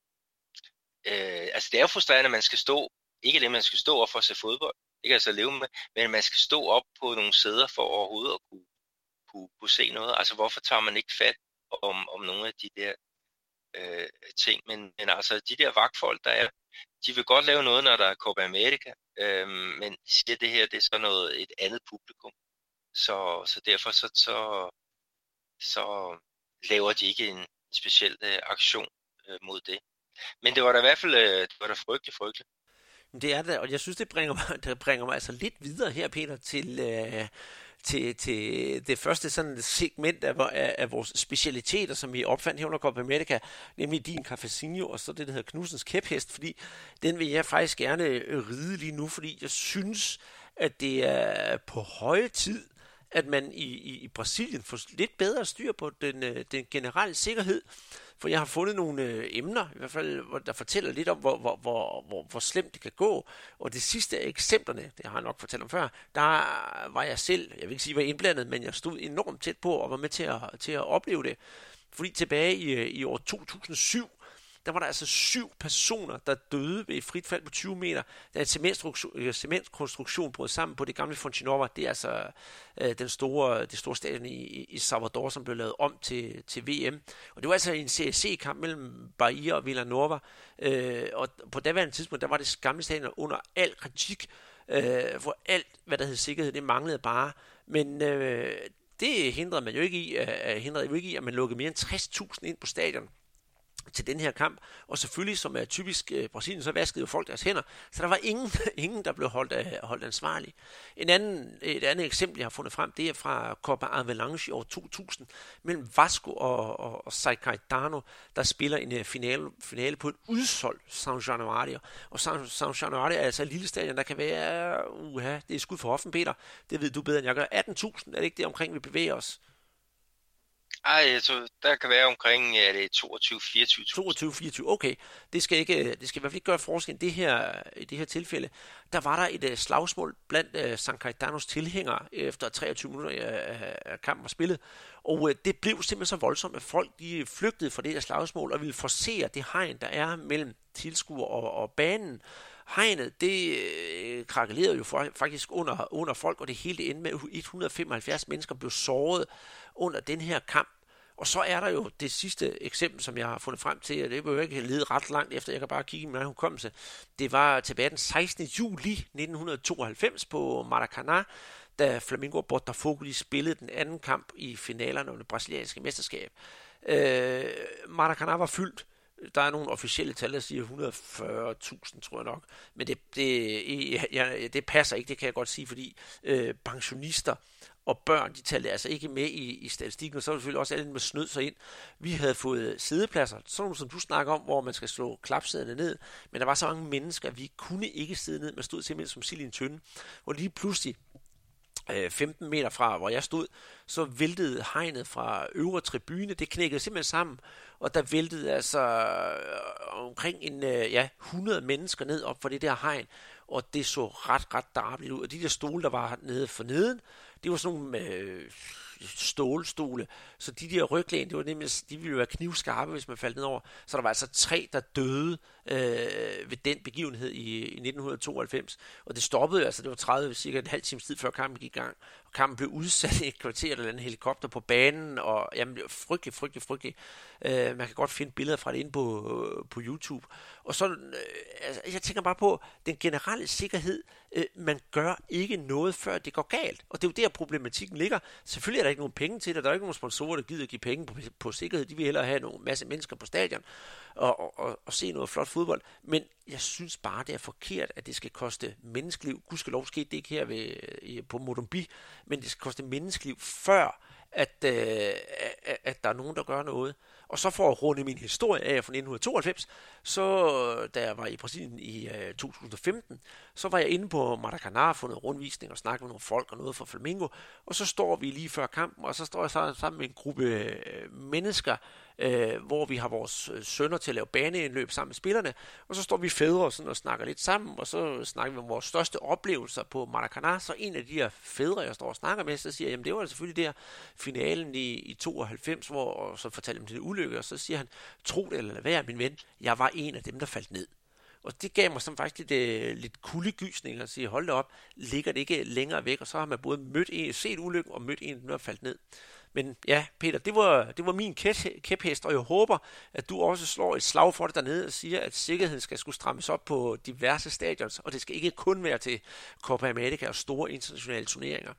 øh, altså det er jo frustrerende, at man skal stå, ikke det, man skal stå op for at se fodbold, det kan altså leve med, men man skal stå op på nogle sæder for overhovedet at kunne, kunne, kunne se noget. Altså hvorfor tager man ikke fat om, om nogle af de der øh, ting, men, men altså de der vagtfolk, der er, de vil godt lave noget, når der er Copa America, øh, men de siger, det her, det er så noget, et andet publikum. Så, så derfor så, så, så laver de ikke en speciel øh, aktion øh, mod det. Men det var da i hvert fald øh, det var da frygteligt, frygteligt. Det er det, og jeg synes, det bringer mig, det bringer mig altså lidt videre her, Peter, til, øh, til, til det første sådan segment af, af, af vores specialiteter, som vi opfandt her under Copa America, nemlig din cafezinho, og så det, der hedder Knudsens kæphest, fordi den vil jeg faktisk gerne ride lige nu, fordi jeg synes, at det er på høje tid, at man i, i, i Brasilien får lidt bedre styr på den, den generelle sikkerhed. For jeg har fundet nogle øh, emner, i hvert fald, der fortæller lidt om, hvor, hvor, hvor, hvor, hvor slemt det kan gå. Og det sidste af eksemplerne, det har jeg nok fortalt om før, der var jeg selv, jeg vil ikke sige, var indblandet, men jeg stod enormt tæt på og var med til at, til at opleve det. Fordi tilbage i, i år to tusind og syv, der var der altså syv personer, der døde ved et frit fald på tyve meter, da en cementkonstruktion brød sammen på det gamle Fontenova. Det er altså øh, den store, det store stadion i, i Salvador, som blev lavet om til, til V M. Og det var altså en C S C-kamp mellem Bahia og Villanova. Øh, og på daværende tidspunkt, der var det gamle stadion under al kritik, øh, hvor alt, hvad der hed sikkerhed, det manglede bare. Men øh, det hindrede man jo ikke i, øh, hindrede jo ikke i, at man lukkede mere end tres tusind ind på stadion til den her kamp, og selvfølgelig, som er typisk øh, Brasilien, så vaskede jo folk deres hænder, så der var ingen, ingen der blev holdt, øh, holdt ansvarlig. En anden, et andet eksempel, jeg har fundet frem, det er fra Copa Avalanche i år to tusind, mellem Vasco og, og, og San Caetano, der spiller en uh, finale, finale på et udsolgt São Januário, og São, São Januário er altså et lille stadion, der kan være, uha, det er skud for hoften, Peter, det ved du bedre end jeg gør, atten tusind, er det ikke det omkring, vi bevæger os? Ej, så der kan være omkring ja, det er toogtyve til fireogtyve tusind. toogtyve til fireogtyve, okay. Det skal, ikke, det skal i hvert fald ikke gøre forskel. Det her, i det her tilfælde, der var der et uh, slagsmål blandt uh, San Caetanos tilhængere efter treogtyve minutter af uh, kampen var spillet. Og uh, det blev simpelthen så voldsomt, at folk de flygtede fra det her slagsmål og ville forsere det hegn, der er mellem tilskuer og, og banen. Hegnet, det øh, krakelerede jo for, faktisk under, under folk, og det hele endte med, at et hundrede og femoghalvfjerds mennesker blev såret under den her kamp. Og så er der jo det sidste eksempel, som jeg har fundet frem til, og det vil jo ikke lede ret langt efter, jeg kan bare kigge i min hukommelse. Det var tilbage den sekstende juli nitten tooghalvfems på Maracanã, da Flamengo og Botafogo de spillede den anden kamp i finalerne om det brasilianske mesterskab. Øh, Maracanã var fyldt. Der er nogle officielle tal, der siger et hundrede og fyrre tusind, tror jeg nok. Men det, det, ja, det passer ikke, det kan jeg godt sige, fordi øh, pensionister og børn, de talte altså ikke med i, i statistikken, og så var det selvfølgelig også alle med snød sig ind. Vi havde fået sædepladser, sådan nogle, som du snakker om, hvor man skal slå klapsæderne ned, men der var så mange mennesker, at vi kunne ikke sidde ned, man stod simpelthen som sild i en tønde, og lige pludselig femten meter fra, hvor jeg stod, så væltede hegnet fra øvre tribune, det knækkede simpelthen sammen, og der væltede altså omkring en, ja, hundrede mennesker ned op for det der hegn, og det så ret, ret darbeligt ud, og de der stole, der var nede for neden, det var sådan nogle, øh, stålstole, så de der ryglæn, det var nemlig, de ville jo være knivskarpe, hvis man faldt ned over. Så der var altså tre, der døde øh, ved den begivenhed i, i nitten tooghalvfems, og det stoppede altså, det var tredive, cirka en halv times tid før kampen gik i gang, og kampen blev udsat i et kvarter, eller en helikopter på banen, og jamen, det var frygtelig, frygtelig, frygtelig. Øh, man kan godt finde billeder fra det inde på, på YouTube. Og så, øh, altså, jeg tænker bare på, den generelle sikkerhed, øh, man gør ikke noget, før det går galt. Og det er jo der, problematikken ligger. Selvfølgelig er der ikke nogen penge til det, der er ikke nogen sponsorer, der gider at give penge på, på sikkerhed. De vil hellere have nogle masse mennesker på stadion og, og, og, og se noget flot fodbold. Men jeg synes bare, det er forkert, at det skal koste menneskeliv. Gudskelov skete det ikke her ved, på Modombi, men det skal koste menneskeliv, før at, øh, at, at der er nogen, der gør noget. Og så for at runde min historie af fra nitten tooghalvfems, så da jeg var i Brasilien i øh, to tusind og femten, så var jeg inde på Maracanã og fundet rundvisning og snakket med nogle folk og noget fra Flamengo, og så står vi lige før kampen, og så står jeg så sammen med en gruppe øh, mennesker, øh, hvor vi har vores sønner til at lave baneindløb sammen med spillerne, og så står vi fædre og, sådan, og snakker lidt sammen, og så snakker vi om vores største oplevelser på Maracanã. Så en af de her fædre, jeg står og snakker med, så siger jeg, jamen det var selvfølgelig der finalen i, i tooghalvfems, hvor, og så fortalte jeg om det ulykke, og så siger han, tro det eller lad være, min ven, jeg var en af dem, der faldt ned. Og det gav mig sådan faktisk lidt, lidt kuldegysning at sige, hold da op, ligger det ikke længere væk, og så har man både mødt en, set ulykken og mødt en, der er faldt ned. Men ja, Peter, det var, det var min kæphest, og jeg håber, at du også slår et slag for det dernede og siger, at sikkerheden skal skulle strammes op på diverse stadions, og det skal ikke kun være til Copa America og store internationale turneringer.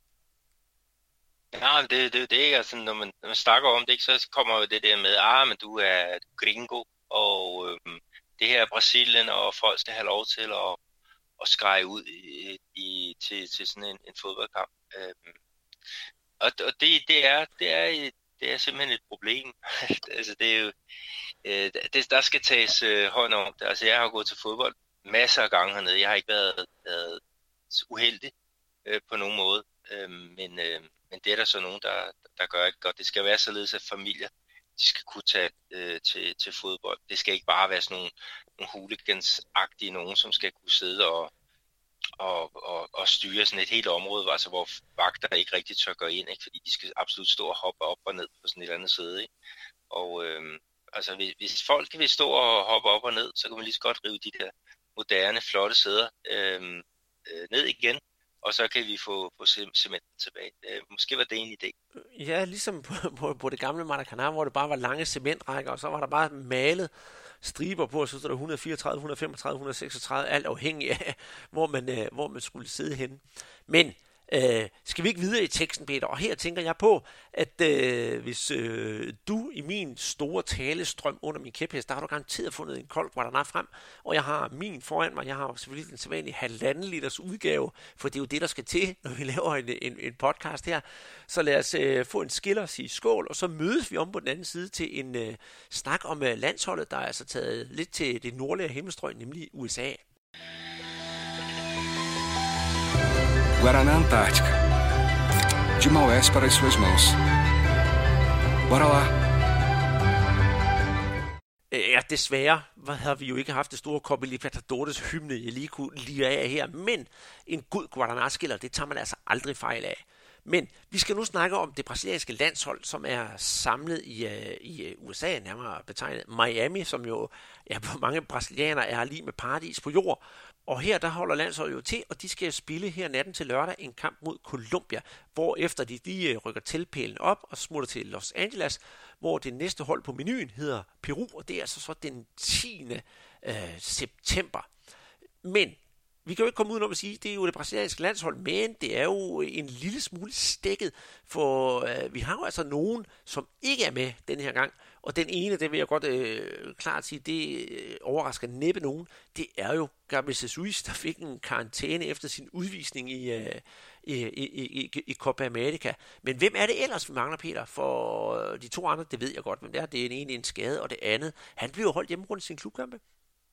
Ja, det, det, det er altså, når man, når man snakker om det, ikke, så kommer jo det der med, ah, men du er gringo, og øhm, det her er Brasilien, og folk skal have lov til at, at skræge ud i, i, til, til sådan en, en fodboldkamp. Øhm, og og det, det, er, det, er, det er simpelthen et problem. Altså, det er jo, øh, det, der skal tages øh, hånd om det. Altså, jeg har gået til fodbold masser af gange hernede. Jeg har ikke været, været uheldig øh, på nogen måde, øh, men, øh, men det er der så nogen, der, der gør ikke godt. Det skal være således, at familier de skal kunne tage øh, til, til fodbold. Det skal ikke bare være sådan nogle, nogle hooligans-agtige nogen, som skal kunne sidde og, og, og, og styre sådan et helt område, altså hvor vagter ikke rigtig tør gå ind, ikke? Fordi de skal absolut stå og hoppe op og ned på sådan et eller andet sæde. Ikke? Og øh, altså, hvis, hvis folk vil stå og hoppe op og ned, så kan man lige så godt rive de der moderne, flotte sæder øh, øh, ned igen, og så kan vi få, få cement tilbage. Øh, måske var det en idé. Ja, ligesom på, på, på det gamle Maracanã, hvor det bare var lange cementrækker, og så var der bare malet striber på, og så stod der et hundrede og fireogtredive, et hundrede og femogtredive, et hundrede og seksogtredive, alt afhængig af, hvor man, øh, hvor man skulle sidde henne. Men øh, skal vi ikke videre i teksten, Peter? Og her tænker jeg på, at øh, hvis øh, du i min store talestrøm under min kæphest, der har du garanteret fundet en kold Guaraná frem, og jeg har min foran mig, jeg har selvfølgelig den sædvanlige halvanden liters udgave, for det er jo det, der skal til, når vi laver en, en, en podcast her. Så lad os øh, få en skiller og sige skål, og så mødes vi om på den anden side til en øh, snak om øh, landsholdet, der er altså taget lidt til det nordlige himmelstrøg, nemlig U S A. Guaraná Antártica. De Maués para as suas mãos. Bora lá. Ja, desværre har vi jo ikke haft det store Copa Libertadores hymne, jeg lige kunne lide af her, men en god Guaraná-skiller, det tager man altså aldrig fejl af. Men vi skal nu snakke om det brasilianske landshold, som er samlet i, uh, i U S A, nærmere betegnet Miami, som jo ja, på mange brasilianere er lige med paradis på jord. Og her der holder landsholdet jo til, og de skal spille her natten til lørdag en kamp mod Colombia, hvor efter de lige rykker teltpælen op og smutter til Los Angeles, hvor det næste hold på menuen hedder Peru, og det er altså så den tiende Øh, september. Men vi kan jo ikke komme udenom at sige, at det er jo det brasilianske landshold, men det er jo en lille smule stækket, for øh, vi har jo altså nogen, som ikke er med den her gang, og den ene, det vil jeg godt øh, klart sige, det øh, overrasker næppe nogen, det er jo Gabriel Jesus, der fik en karantæne efter sin udvisning i, øh, i, i, i, i Copa America. Men hvem er det ellers, vi mangler, Peter? For de to andre, det ved jeg godt, men det er det ene en skade, og det andet, han bliver holdt hjemme rundt i sin klubkampe.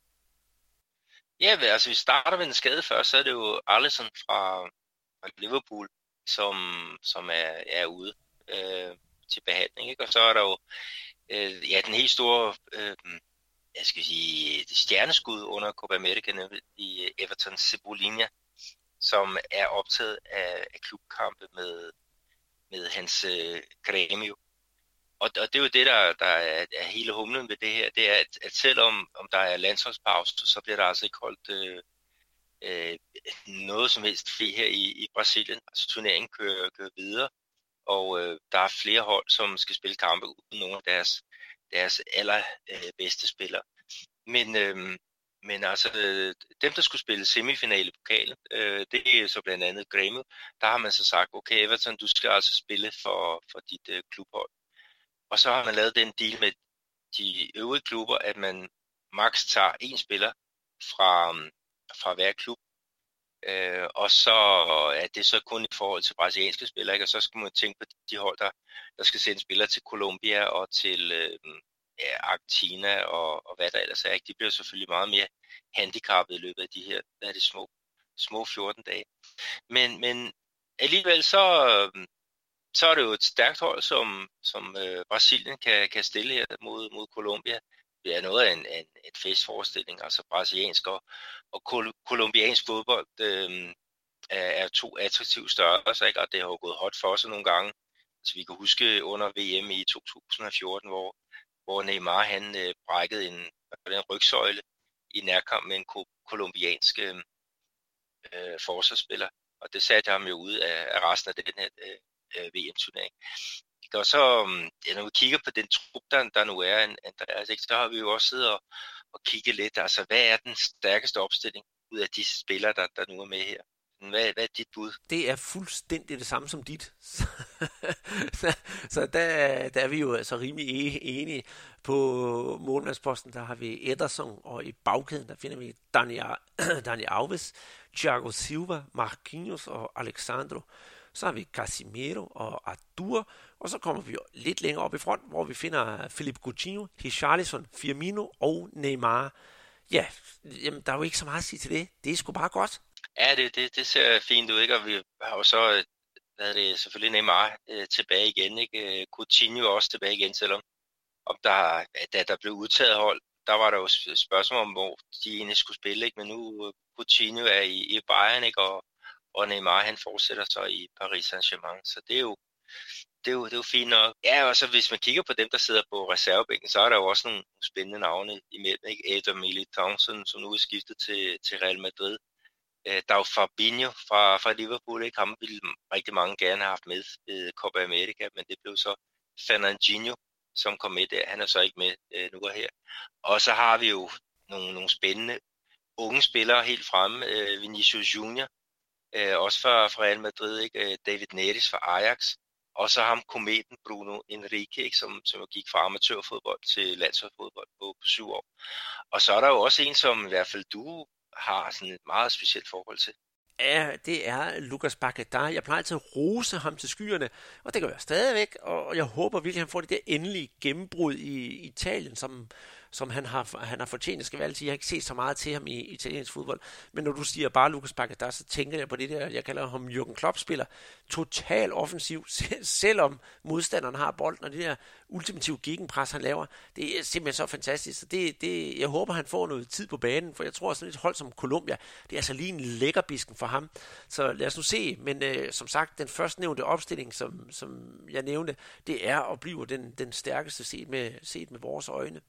Ja, altså vi starter med en skade først, så er det jo Alisson fra, fra Liverpool, som, som er, er ude øh, til behandling, ikke? Og så er der jo øh, ja, den helt store øh, jeg skal sige, det stjerneskud under Copa America i Everton Cebolinha, som er optaget af, af klubkampe med, med hans øh, Grêmio. Og, og det er jo det, der, der er, er hele humlen ved det her, det er, at, at selvom om der er landsholdspause, så bliver der altså ikke holdt øh, øh, noget som helst fri her i, i Brasilien. Altså turneringen kører, kører videre, og øh, der er flere hold, som skal spille kampe uden nogle af deres, deres allerbedste øh, spillere. Men, øh, men altså, øh, dem der skulle spille semifinale i pokalen, øh, det er så blandt andet Grêmio. Der har man så sagt, okay Everton, du skal altså spille for, for dit øh, klubhold. Og så har man lavet den deal med de øvrige klubber, at man maks tager en spiller fra, fra hver klub. Øh, og så er det så kun i forhold til brasilianske spillere, ikke? Og så skal man tænke på de hold, der, der skal sende spillere til Colombia og til øh, ja, Argentina og, og hvad der ellers er. Ikke? De bliver selvfølgelig meget mere handicappet i løbet af de her hvad er det, små, små fjorten dage. Men, men alligevel så... så er det jo et stærkt hold, som, som øh, Brasilien kan, kan stille her mod, mod Colombia. Det er noget af en, en, en festforestilling, altså brasiliansk og, og kol- kolumbiansk fodbold øh, er, er to attraktive størrelser, ikke? Og det har jo gået hot for sig nogle gange. Altså, vi kan huske under V M i to tusind og fjorten, hvor, hvor Neymar han øh, brækkede en, en rygsøjle i nærkamp med en ko- kolumbiansk øh, forsvarsspiller. Og det satte ham jo ud af, af resten af den her øh, V M-turnering. Og så, ja, når vi kigger på den trup, der, der nu er, Andreas, ikke, så har vi jo også siddet og, og kigget lidt, altså hvad er den stærkeste opstilling ud af de spillere, der, der nu er med her? Hvad, hvad er dit bud? Det er fuldstændig det samme som dit. så så der, der er vi jo altså rimelig enige. På målmandsposten, der har vi Ederson, og i bagkæden, der finder vi Dani, Dani Alves, Thiago Silva, Marquinhos og Alexandro. Så har vi Casemiro og Arthur, og så kommer vi jo lidt længere op i front, hvor vi finder Philippe Coutinho, Richarlison, Firmino og Neymar. Ja, jamen, der er jo ikke så meget at sige til det. Det er sgu bare godt. Ja, det, det, det ser fint ud, ikke? Og vi har jo så, hvad er det, selvfølgelig Neymar øh, tilbage igen, ikke? Coutinho også tilbage igen, selvom om der, da der blev udtaget hold, der var der jo spørgsmål om, hvor de egentlig skulle spille, ikke? Men nu Coutinho er i, i Bayern, ikke? Og og Neymar han fortsætter så i Paris Saint-Germain, så det er jo det er jo, det er jo fint nok. Ja, og så hvis man kigger på dem, der sidder på reservebænken, så er der jo også nogle spændende navne imellem, ikke? Eder Militão, som nu er skiftet til, til Real Madrid. Der er jo Fabinho fra, fra Liverpool, ikke? Ham ville rigtig mange gerne have haft med i Copa America, men det blev så Fernandinho, som kom med der. Han er så ikke med øh, nu og her. Og så har vi jo nogle, nogle spændende unge spillere helt fremme. Øh, Vinicius Junior, Øh, også fra, fra Real Madrid, ikke? David Neres fra Ajax, og så ham kometen Bruno Henrique, ikke? Som, som gik fra amatørfodbold til landsholdsfodbold på, på syv år. Og så er der jo også en, som i hvert fald du har sådan et meget specielt forhold til. Ja, det er Lucas Paquetá. Jeg plejer altid at rose ham til skyerne, og det gør jeg stadigvæk, og jeg håber virkelig, at han får det der endelige gennembrud i Italien, som, som han har, han har fortjent. Jeg skal vel sige, jeg har ikke set så meget til ham i italiensk fodbold, men når du siger bare Lucas Paquetá, så tænker jeg på det der, jeg kalder ham Jürgen Klopp-spiller, total offensiv, selvom modstanderen har bolden, og det der ultimative gegenpres, han laver, det er simpelthen så fantastisk. Så det, det, jeg håber, han får noget tid på banen, for jeg tror, at sådan et hold som Colombia, det er altså lige en lækkerbisken for ham. Så lad os nu se, men øh, som sagt, den første nævnte opstilling, som, som jeg nævnte, det er og bliver den, den stærkeste set med, set med vores øjne.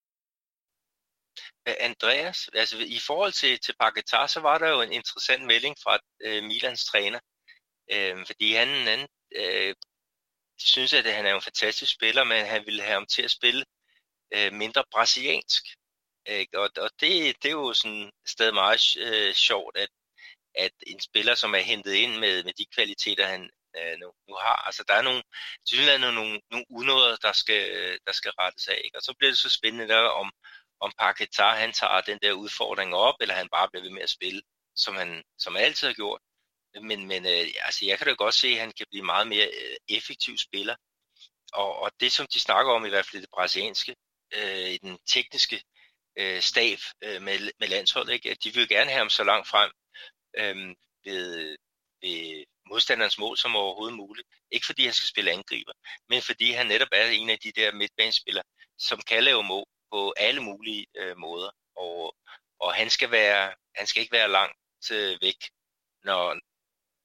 Andreas, altså i forhold til, til Paquetá, så var der jo en interessant melding fra øh, Milans træner, øh, fordi han, han øh, synes, at han er en fantastisk spiller, men han ville have ham til at spille øh, mindre brasiliansk. Øh, og og det, det er jo sådan et sted meget øh, sjovt, at, at en spiller, som er hentet ind med, med de kvaliteter, han øh, nu, nu har, altså der er nogle, er nogle, nogle unåder, der skal, der skal rettes af, ikke? Og så bliver det så spændende der, om om Paquetá, han tager den der udfordring op, eller han bare bliver ved med at spille, som han som altid har gjort. Men, men øh, altså, jeg kan da godt se, at han kan blive meget mere øh, effektiv spiller. Og, og det, som de snakker om, i hvert fald det brasilianske, øh, i den tekniske øh, stab øh, med, med landsholdet, ikke? De vil gerne have ham så langt frem øh, ved, ved modstanderens mål som overhovedet muligt. Ikke fordi han skal spille angriber, men fordi han netop er en af de der midtbanespillere, som kan lave mål på alle mulige øh, måder, og, og han skal være, han skal ikke være langt øh, væk, når,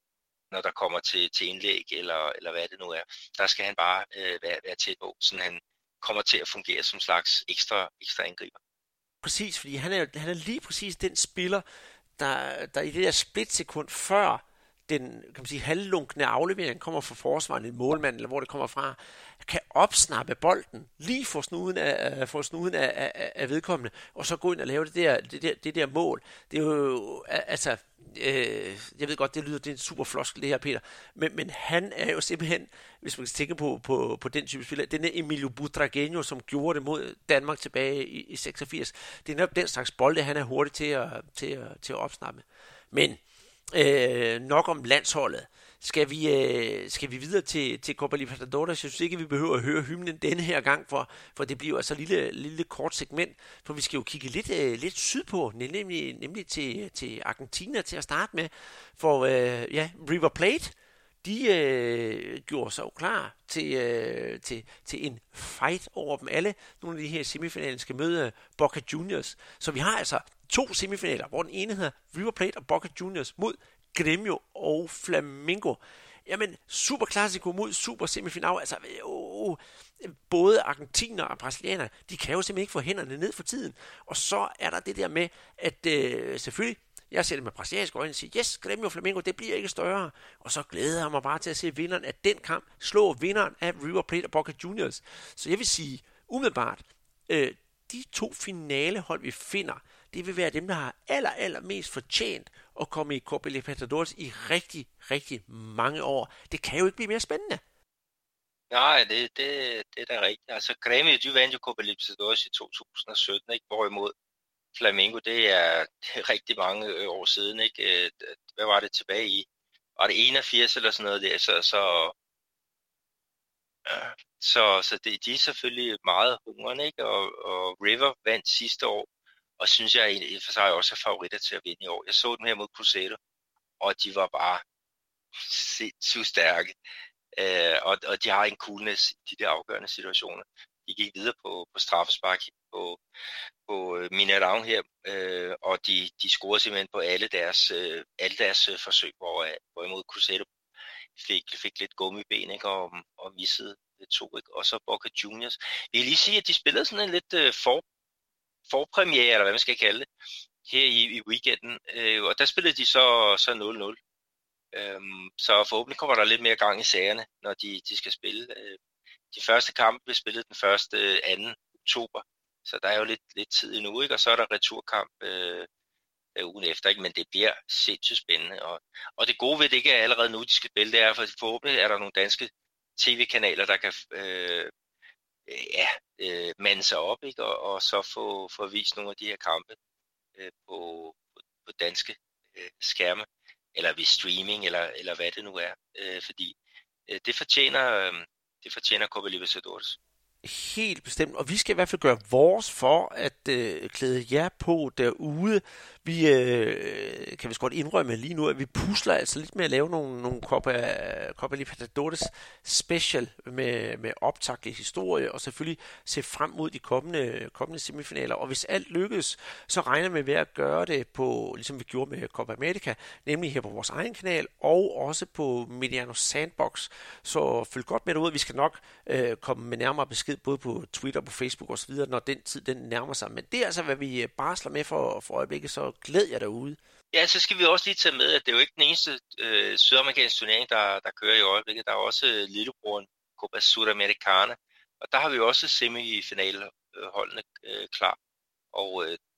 når der kommer til, til indlæg, eller, eller hvad det nu er. Der skal han bare øh, være, være tæt på, så han kommer til at fungere som slags ekstra, ekstra angriber. Præcis, fordi han er, han er lige præcis den spiller, der, der i det der splitsekund før den, kan man sige, halvlunkne aflevering kommer fra forsvaren, en målmand, eller hvor det kommer fra, kan opsnappe bolden, lige få snuden af, få snuden af, af, af vedkommende, og så gå ind og lave det der, det der, det der mål. Det er jo, altså, øh, jeg ved godt, det lyder, det er en super floskel, det her, Peter, men, men han er jo simpelthen, hvis man skal tænke på, på, på den type spiller, den er Emilio Butragueño, som gjorde det mod Danmark tilbage i, i seksogfirs. Det er netop den slags bolde, han er hurtig til at, til at, til at opsnappe. Men Øh, nok om landsholdet. Skal vi, øh, skal vi videre til, til Copa Libertadores? Jeg synes ikke, vi behøver at høre hymnen denne her gang, for, for det bliver altså et lille, lille kort segment, for vi skal jo kigge lidt, øh, lidt sydpå, nemlig, nemlig til, til Argentina til at starte med. For øh, ja, River Plate, de øh, gjorde sig jo klar til, øh, til, til en fight over dem alle. Nogle af de her semifinaler skal møde Boca Juniors. Så vi har altså to semifinaler, hvor den ene hedder River Plate og Boca Juniors mod Grêmio og Flamengo. Jamen, super klassiko mod super semifinal. Altså, øh, både argentiner og brasilianer, de kan jo simpelthen ikke få hænderne ned for tiden. Og så er der det der med, at øh, selvfølgelig, jeg ser det med brasilianske øjne og siger, yes, Grêmio og Flamengo, det bliver ikke større. Og så glæder jeg mig bare til at se vinderen af den kamp slå vinderen af River Plate og Boca Juniors. Så jeg vil sige, umiddelbart, øh, de to finalehold, vi finder, det vil være dem, der har aller, aller mest fortjent at komme i Copa Libertadores i rigtig, rigtig mange år. Det kan jo ikke blive mere spændende. Nej, det, det, det er da rigtigt. Altså, Grêmio, de vandt jo Copa Libertadores i to tusind og sytten, ikke? Hvorimod Flamengo, det er, det er rigtig mange år siden, ikke? Hvad var det tilbage i? Var det enogfirs eller sådan noget der? Så, så, så, så det, de er selvfølgelig meget hungrende, ikke? Og, og River vandt sidste år, og synes jeg i for sig også er favoritter til at vinde i år. Jeg så dem her mod Cruzeiro, og de var bare sindssygt stærke. Uh, og, og de har en coolness i de der afgørende situationer. De gik videre på, på straffespark på, på Mineirão her, uh, og de, de scorede simpelthen på alle deres, uh, alle deres uh, forsøg, hvor, hvorimod Cruzeiro fik, fik lidt gummiben, ikke, og, og missede to. Ikke? Og så Boca Juniors. Jeg vil lige sige, at de spillede sådan en lidt uh, for, forpremiere, eller hvad man skal kalde det, her i, i weekenden, uh, og der spillede de så, så nul nul. Øhm, så forhåbentlig kommer der lidt mere gang i sagerne, når de, de skal spille. Øh, de første kampe blev spillet den første øh, anden oktober, så der er jo lidt, lidt tid endnu, ikke? Og så er der returkamp øh, øh, ugen efter, ikke? Men det bliver sindssygt spændende. Og, og det gode ved det ikke er allerede nu, de skal spille, det er, for forhåbentlig er der nogle danske tv-kanaler, der kan øh, ja, øh, mande sig op, ikke? Og, og så få, få vist nogle af de her kampe øh, på, på, på danske øh, skærme, eller ved streaming, eller, eller hvad det nu er, øh, fordi øh, det fortjener, øh, det fortjener Copa Libertadores. Helt bestemt, og vi skal i hvert fald gøre vores for at øh, klæde jer på derude. Vi øh, kan vist godt indrømme lige nu, at vi pusler altså lidt med at lave nogle, nogle Copa, Copa Libertadores special med, med optagelig historie, og selvfølgelig se frem mod de kommende, kommende semifinaler. Og hvis alt lykkes, så regner vi med at gøre det på, ligesom vi gjorde med Copa America, nemlig her på vores egen kanal, og også på Mediano Sandbox. Så følg godt med derude. Vi skal nok øh, komme med nærmere besked, både på Twitter, på Facebook osv., når den tid den nærmer sig. Men det er altså, hvad vi barsler med for, for øjeblikket, så glæd jer derude. Ja, så skal vi også lige tage med, at det er jo ikke den eneste øh, sydamerikanske turnering, der, der kører i øjeblikket. Der er også øh, lillebroren Copa Sudamericana, og der har vi jo også semifinalholdene øh, klar. Og øh,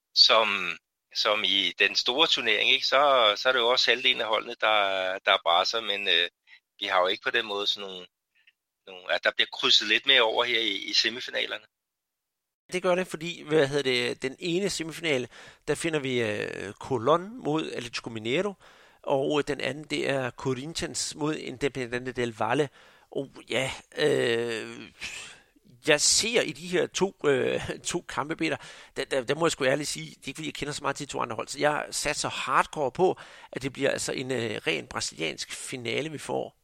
som, som i den store turnering, ikke, så, så er det jo også halvdelen af holdene, der, der brasser, men øh, vi har jo ikke på den måde sådan nogle, nogle at der bliver krydset lidt mere over her i, i semifinalerne. Det gør det, fordi hvad hedder det, den ene semifinale, der finder vi uh, Colón mod Atlético Mineiro, og den anden, det er Corinthians mod Independiente del Valle. Og ja, øh, jeg ser i de her to, øh, to kampe, Peter, der, der, der må jeg sgu ærligt sige, det er ikke fordi, jeg kender så meget til de to andre hold, så jeg sat så hardcore på, at det bliver altså en øh, ren brasiliansk finale, vi får.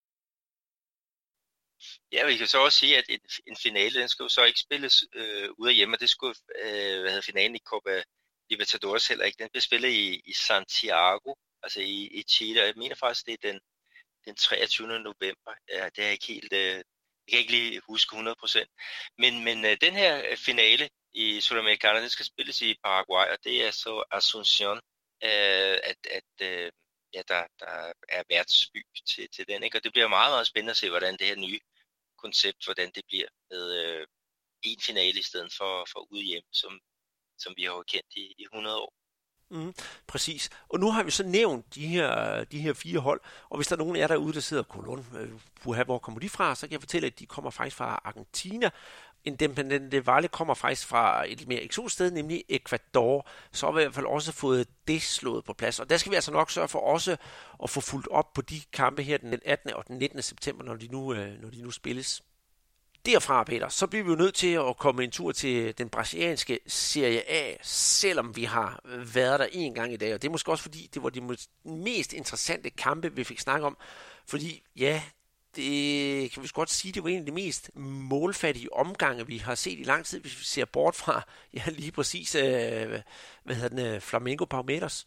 Ja, vi kan så også sige, at en, en finale, den skal jo så ikke spilles øh, ude af hjemme, og det skulle, øh, hvad hedder finalen i Copa Libertadores heller ikke. Den bliver spillet i, i Santiago, altså i, i Chile. Jeg mener faktisk, det er den, den treogtyvende november. Ja, det er jeg ikke helt... Øh, jeg kan ikke lige huske hundrede procent. Men, men øh, den her finale i Sudamericana, den skal spilles i Paraguay, og det er så Asunción, øh, at, at øh, ja, der, der er værtsby til, til den. Ikke? Og det bliver meget, meget spændende at se, hvordan det her nye koncept, hvordan det bliver med øh, en finale i stedet for, for ude hjem, som, som vi har kendt i, i hundrede år. Mm, præcis. Og nu har vi så nævnt de her, de her fire hold, og hvis der er nogen af jer derude, der sidder Colón, øh, hvor kommer de fra, så kan jeg fortælle, at de kommer faktisk fra Argentina. Independiente Valle kommer faktisk fra et mere eksotisk sted, nemlig Ecuador, så har vi i hvert fald også fået det slået på plads. Og der skal vi altså nok sørge for også at få fulgt op på de kampe her den attende og den nittende september, når de nu, øh, når de nu spilles. Derfra, Peter, så bliver vi jo nødt til at komme en tur til den brasilianske Serie A, selvom vi har været der en gang i dag. Og det er måske også fordi, det var de mest interessante kampe, vi fik snakket om. Fordi, ja, det kan vi godt sige, det var en af de mest målfattige omgange, vi har set i lang tid, hvis vi ser bort fra, ja, lige præcis, øh, hvad hedder den, Flamengo Palmeiras.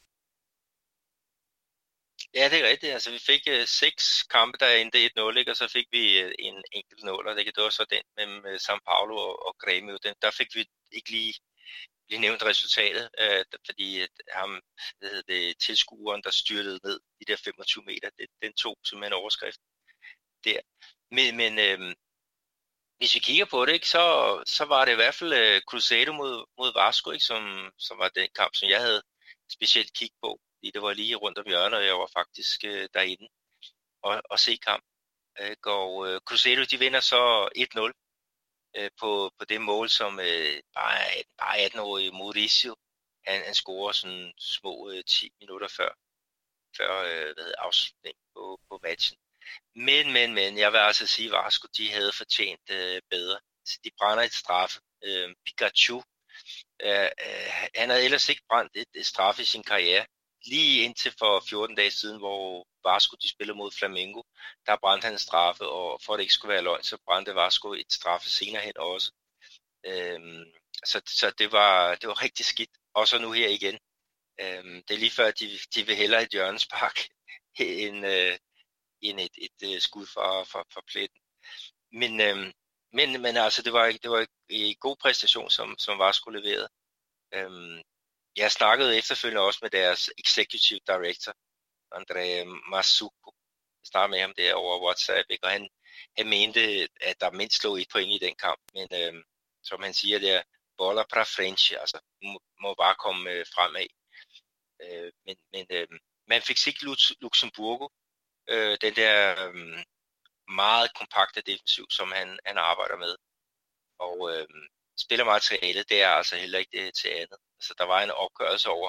Ja, det er rigtigt. Altså, vi fik øh, seks kampe, der endte et nul, og så fik vi øh, en enkelt nul, og det var så den mellem øh, São Paulo og, og Grêmio. Den, der fik vi ikke lige, lige nævnt resultatet, øh, fordi øh, ham, hvad hedder det, tilskueren, der styrtede ned de der femogtyve meter, det, den tog simpelthen overskrift der. Men, men øh, hvis vi kigger på det, ikke, så, så var det i hvert fald øh, Cruzeiro mod, mod Vasco, ikke, som, som var den kamp, som jeg havde specielt kigget på. Det var lige rundt om hjørnet, og jeg var faktisk øh, derinde og, og se kamp. Øh, og øh, Cruzeiro, de vinder så et nul øh, på, på det mål, som øh, bare, bare atten-årige Mauricio, han, han scorer sådan små øh, ti minutter før, før øh, hvad hedder, afslutning på, på matchen. Men, men, men, jeg vil altså sige, at Vasco, de havde fortjent øh, bedre. Så de brænder et straffe. Øh, Pikachu, øh, øh, han havde ellers ikke brændt et, et straffe i sin karriere. Lige indtil for fjorten dage siden, hvor Vasco de spillede mod Flamengo, der brændte han en straffe, og for at det ikke skulle være løgn, så brændte Vasco et straffe senere hen også. Øhm, så så det, var, det var rigtig skidt. Og så nu her igen. Øhm, det er lige før, at de, de vil hellere et hjørnespark end, øh, end et, et, et skud fra, fra, fra pletten. Men, øhm, men, men altså, det var, det var en god præstation, som, som Vasco leverede. Øhm, Jeg snakkede efterfølgende også med deres executive director, André Masuko. Jeg snakkede med ham der over WhatsApp, ikke? Og han, han mente, at der mindst lå et point i den kamp. Men øhm, som han siger, det er bola pra frente, altså må, må bare komme øh, fremad. Øh, men men øh, man fik ikke Luxemburgo, øh, den der øh, meget kompakte defensiv, som han, han arbejder med. Og øh, spillermaterialet, det er altså heller ikke det til andet. Så der var en opgørelse over.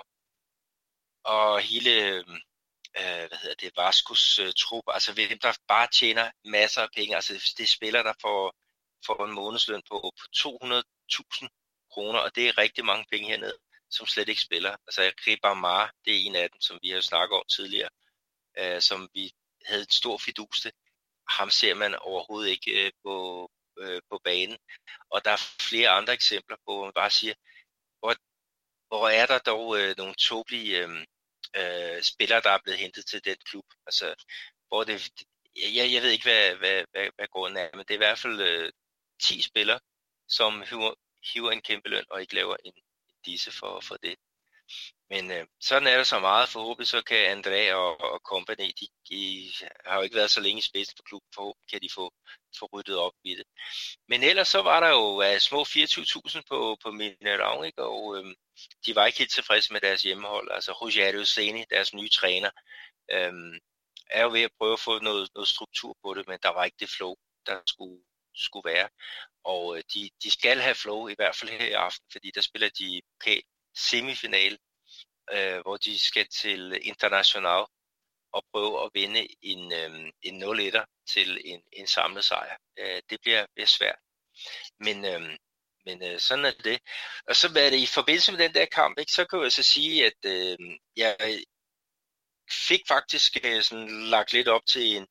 Og hele, øh, hvad hedder det, Vascos øh, trup, altså hvem der bare tjener masser af penge, altså det spiller der for, for en månedsløn på, på to hundrede tusind kroner, og det er rigtig mange penge hernede, som slet ikke spiller. Altså Ribamar, det er en af dem, som vi har snakket om tidligere, øh, som vi havde en stor fidus til. Ham ser man overhovedet ikke øh, på, øh, på banen. Og der er flere andre eksempler på, hvor man bare siger, hvor Hvor er der dog øh, nogle tåbelige øh, øh, spillere, der er blevet hentet til den klub? Altså, hvor det, jeg, jeg ved ikke, hvad, hvad, hvad, hvad grunden er, men det er i hvert fald øh, ti spillere, som hiver, hiver en kæmpe løn og ikke laver en, en disse for, for det. Men øh, sådan er det så meget. Forhåbentlig så kan André og, og company, de, de har jo ikke været så længe i spidsen for klubben, forhåbentlig kan de få, få ryddet op i det. Men ellers så var der jo uh, små fireogtyve tusind på, på Mineirão, ikke? Og øh, de var ikke helt tilfredse med deres hjemmehold. Altså Rogério Ceni, deres nye træner, øh, er jo ved at prøve at få noget, noget struktur på det, men der var ikke det flow, der skulle, skulle være. Og øh, de, de skal have flow, i hvert fald her i aften, fordi der spiller de pokal semifinale, øh, hvor de skal til International og prøve at vinde en, øh, en nul etter til en, en samlet sejr. Øh, det bliver, bliver svært. Men, øh, men øh, sådan er det. Og så er det i forbindelse med den der kamp, ikke, så kan jeg så sige, at øh, jeg fik faktisk øh, sådan lagt lidt op til en,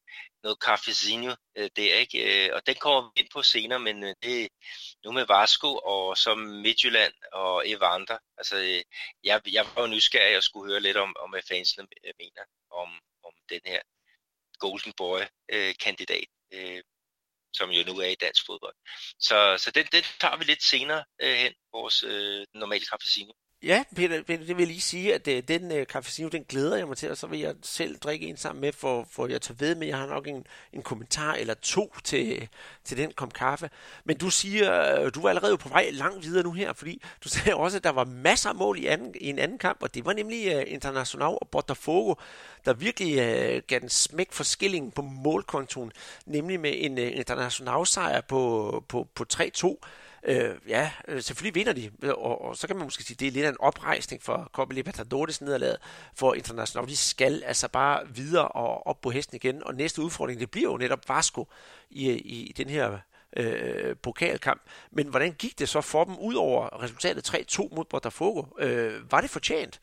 noget cafezinho øh, der, ikke? Øh, og den kommer vi ind på senere, men øh, det nu med Vasco og så Midtjylland og Evander. Altså, øh, jeg, jeg var jo nysgerrig, at jeg skulle høre lidt om, om hvad fansene mener om, om den her Golden Boy-kandidat, øh, øh, som jo nu er i dansk fodbold. Så, så den, den tager vi lidt senere øh, hen, vores øh, normale cafezinho. Ja, Peter, det vil jeg lige sige, at øh, den øh, cafezinho, den glæder jeg mig til, og så vil jeg selv drikke en sammen med, for, for jeg tager ved med, jeg har nok en, en kommentar eller to til, til den kom kaffe. Men du siger, øh, du var allerede på vej langt videre nu her, fordi du sagde også, at der var masser af mål i, anden, i en anden kamp, og det var nemlig øh, Internacional og Botafogo, der virkelig øh, gav den smæk for skillingen på målkontoen, nemlig med en øh, Internacional-sejr på, på, på tre to. Øh, ja, selvfølgelig vinder de, og, og så kan man måske sige, at det er lidt af en oprejsning for Copa Libertadores nederlaget for Internacional. De skal altså bare videre og op på hesten igen, og næste udfordring, det bliver jo netop Vasco i, i den her øh, pokalkamp. Men hvordan gik det så for dem ud over resultatet tre to mod Botafogo? Øh, var det fortjent?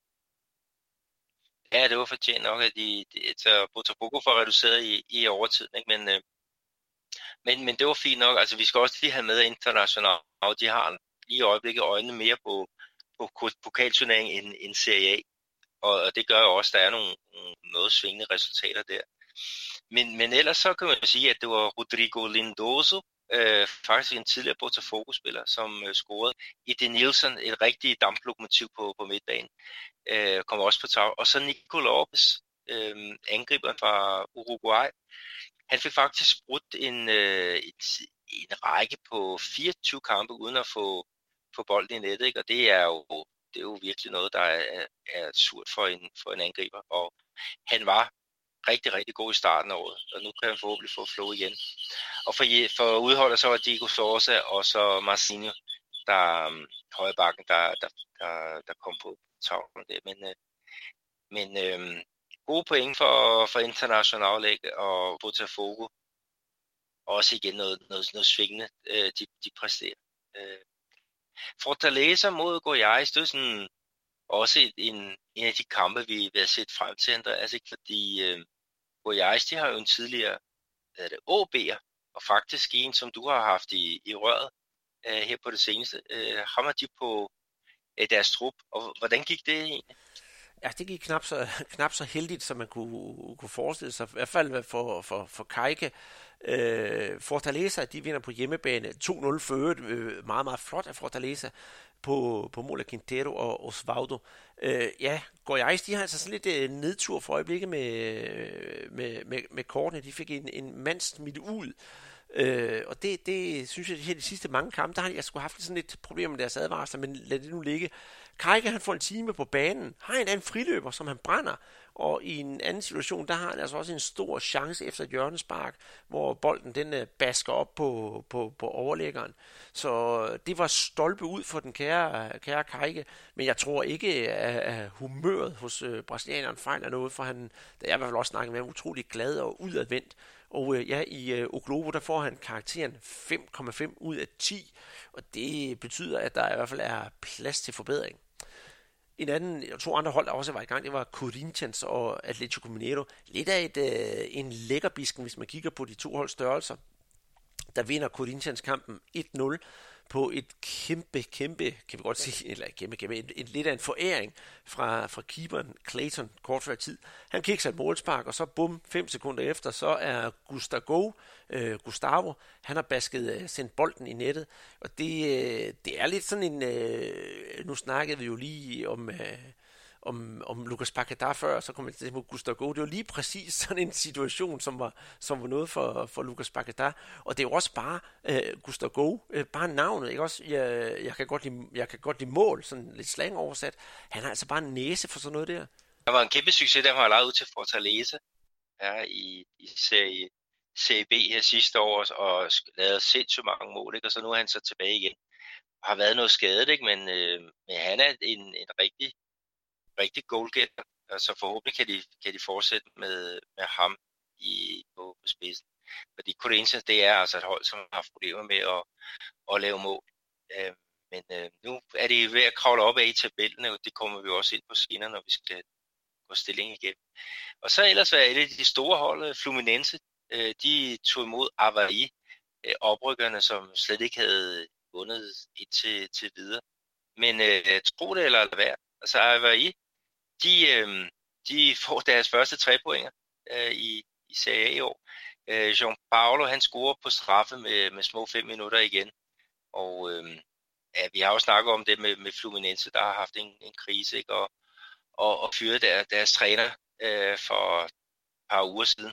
Ja, det var fortjent nok, at de, de, så Botafogo får reduceret i, i overtiden, ikke? Men øh... Men, men det var fint nok. Altså, vi skal også lige have med Internacional. De har lige i øjeblikket øjnene mere på, på pokalturneringen end, end Serie A. Og, og det gør jo også, at der er nogle, nogle noget svingende resultater der. Men, men ellers så kan man sige, at det var Rodrigo Lindoso, øh, faktisk en tidligere Botafogo-spiller, som øh, scorede. Ede Nielsen, et rigtigt damplokomotiv på, på midtbanen, øh, kommer også på tag. Og så Nico Lopez, øh, angriberen fra Uruguay. Han fik faktisk brudt en, øh, et, en række på fireogtyve kampe uden at få, få bolden i nettet, ikke? Og det er, jo, det er jo virkelig noget, der er, er surt for en, for en angriber. Og han var rigtig, rigtig god i starten af året, og nu kan han forhåbentlig få flow igen. Og for, for udholder så var Diego Sosa og så Marcinho, der um, højre bakken, der, der, der, der kom på tavlen der. Men, øh, men øh, gode point for, for Internacional og Botafogo. Også igen noget, noget, noget svingende, øh, de, de præsterer. Øh. Fortaleza mod Goiás, det er sådan også en, en af de kampe, vi har set frem til, Andreas, ikke? Fordi øh, Goiás, de har jo en tidligere O B'er, og faktisk en, som du har haft i, i røret øh, her på det seneste. Øh, hammer de på øh, deres trup, og hvordan gik det egentlig? Ja, det gik knap så, knap så heldigt, som man kunne, kunne forestille sig. I hvert fald for, for, for Kajke. Øh, Fortaleza, de vinder på hjemmebane to nul for øh, meget, meget flot af Fortaleza på, på mål af Quintero og Osvaldo. Øh, ja, Goiás, de har altså sådan lidt øh, nedtur for øjeblikket med, med, med, med kortene. De fik en, en mand smidt ud. Øh, og det, det synes jeg, at de sidste mange kampe, der har jeg sgu haft sådan lidt problem med deres advarsler, men lad det nu ligge. Kajke, han får en time på banen, har en anden friløber, som han brænder, og i en anden situation, der har han altså også en stor chance efter et hjørnespark, hvor bolden den uh, basker op på, på, på overlæggeren. Så det var stolpe ud for den kære, kære Kajke, men jeg tror ikke, at humøret hos uh, brasilianeren fejler noget, for han, der er i hvert fald også snakket med ham, utrolig glad og udadvendt. Og øh, ja, i øh, O Globo, der får han karakteren fem komma fem ud af ti, og det betyder, at der i hvert fald er plads til forbedring. En anden, og to andre hold, der også var i gang, det var Corinthians og Atlético Mineiro. Lidt af et, øh, en lækkerbisken, hvis man kigger på de to holds størrelser. Der vinder Corinthians kampen et nul på et kæmpe, kæmpe, kan vi godt sige, eller kæmpe, kæmpe, en, en lidt af en foræring fra, fra keeperen Clayton kort før tid. Han kikker sig et målspark, og så bum, fem sekunder efter, så er Gustavo, øh, Gustavo, han har basket, øh, sendt bolden i nettet, og det, øh, det er lidt sådan en, øh, nu snakkede vi jo lige om, øh, om, om Lucas Paquetá før, så kom jeg til Gustavo. Det var lige præcis sådan en situation, som var, som var noget for, for Lucas Paquetá. Og det er jo også bare øh, Gustavo, øh, bare navnet. Ikke? Også, jeg, jeg, kan godt lide, jeg kan godt lide mål, sådan lidt slang oversat. Han har altså bare en næse for sådan noget der. Der var en kæmpe succes, der var lejet ud til Fortaleza ja, i, i serie, serie B her sidste år, og lavede sindssygt mange mål, ikke? Og så nu er han så tilbage igen. Har været noget skadet, ikke? Men, øh, men han er en, en rigtig rigtig goalgetter, altså forhåbentlig kan de, kan de fortsætte med, med ham i, på, på spidsen. Fordi Corinthians, det er altså et hold, som har haft problemer med at, at lave mål. Øh, men øh, nu er de ved at kravle op af i tabellen, og det kommer vi også ind på senere, når vi skal gå stillingen igennem. Og så ellers er det de store hold, Fluminense, øh, de tog imod Avaí, øh, oprykkerne, som slet ikke havde vundet indtil til videre. Men øh, tro det eller lad være. Altså Avaí, de, øh, de får deres første tre pointer øh, i, i Serie A i år. Øh, Jean Paulo, han scorer på straffe med, med små fem minutter igen. Og øh, ja, vi har jo snakket om det med, med Fluminense, der har haft en, en krise, ikke? Og, og, og fyret der, deres træner øh, for et par uger siden.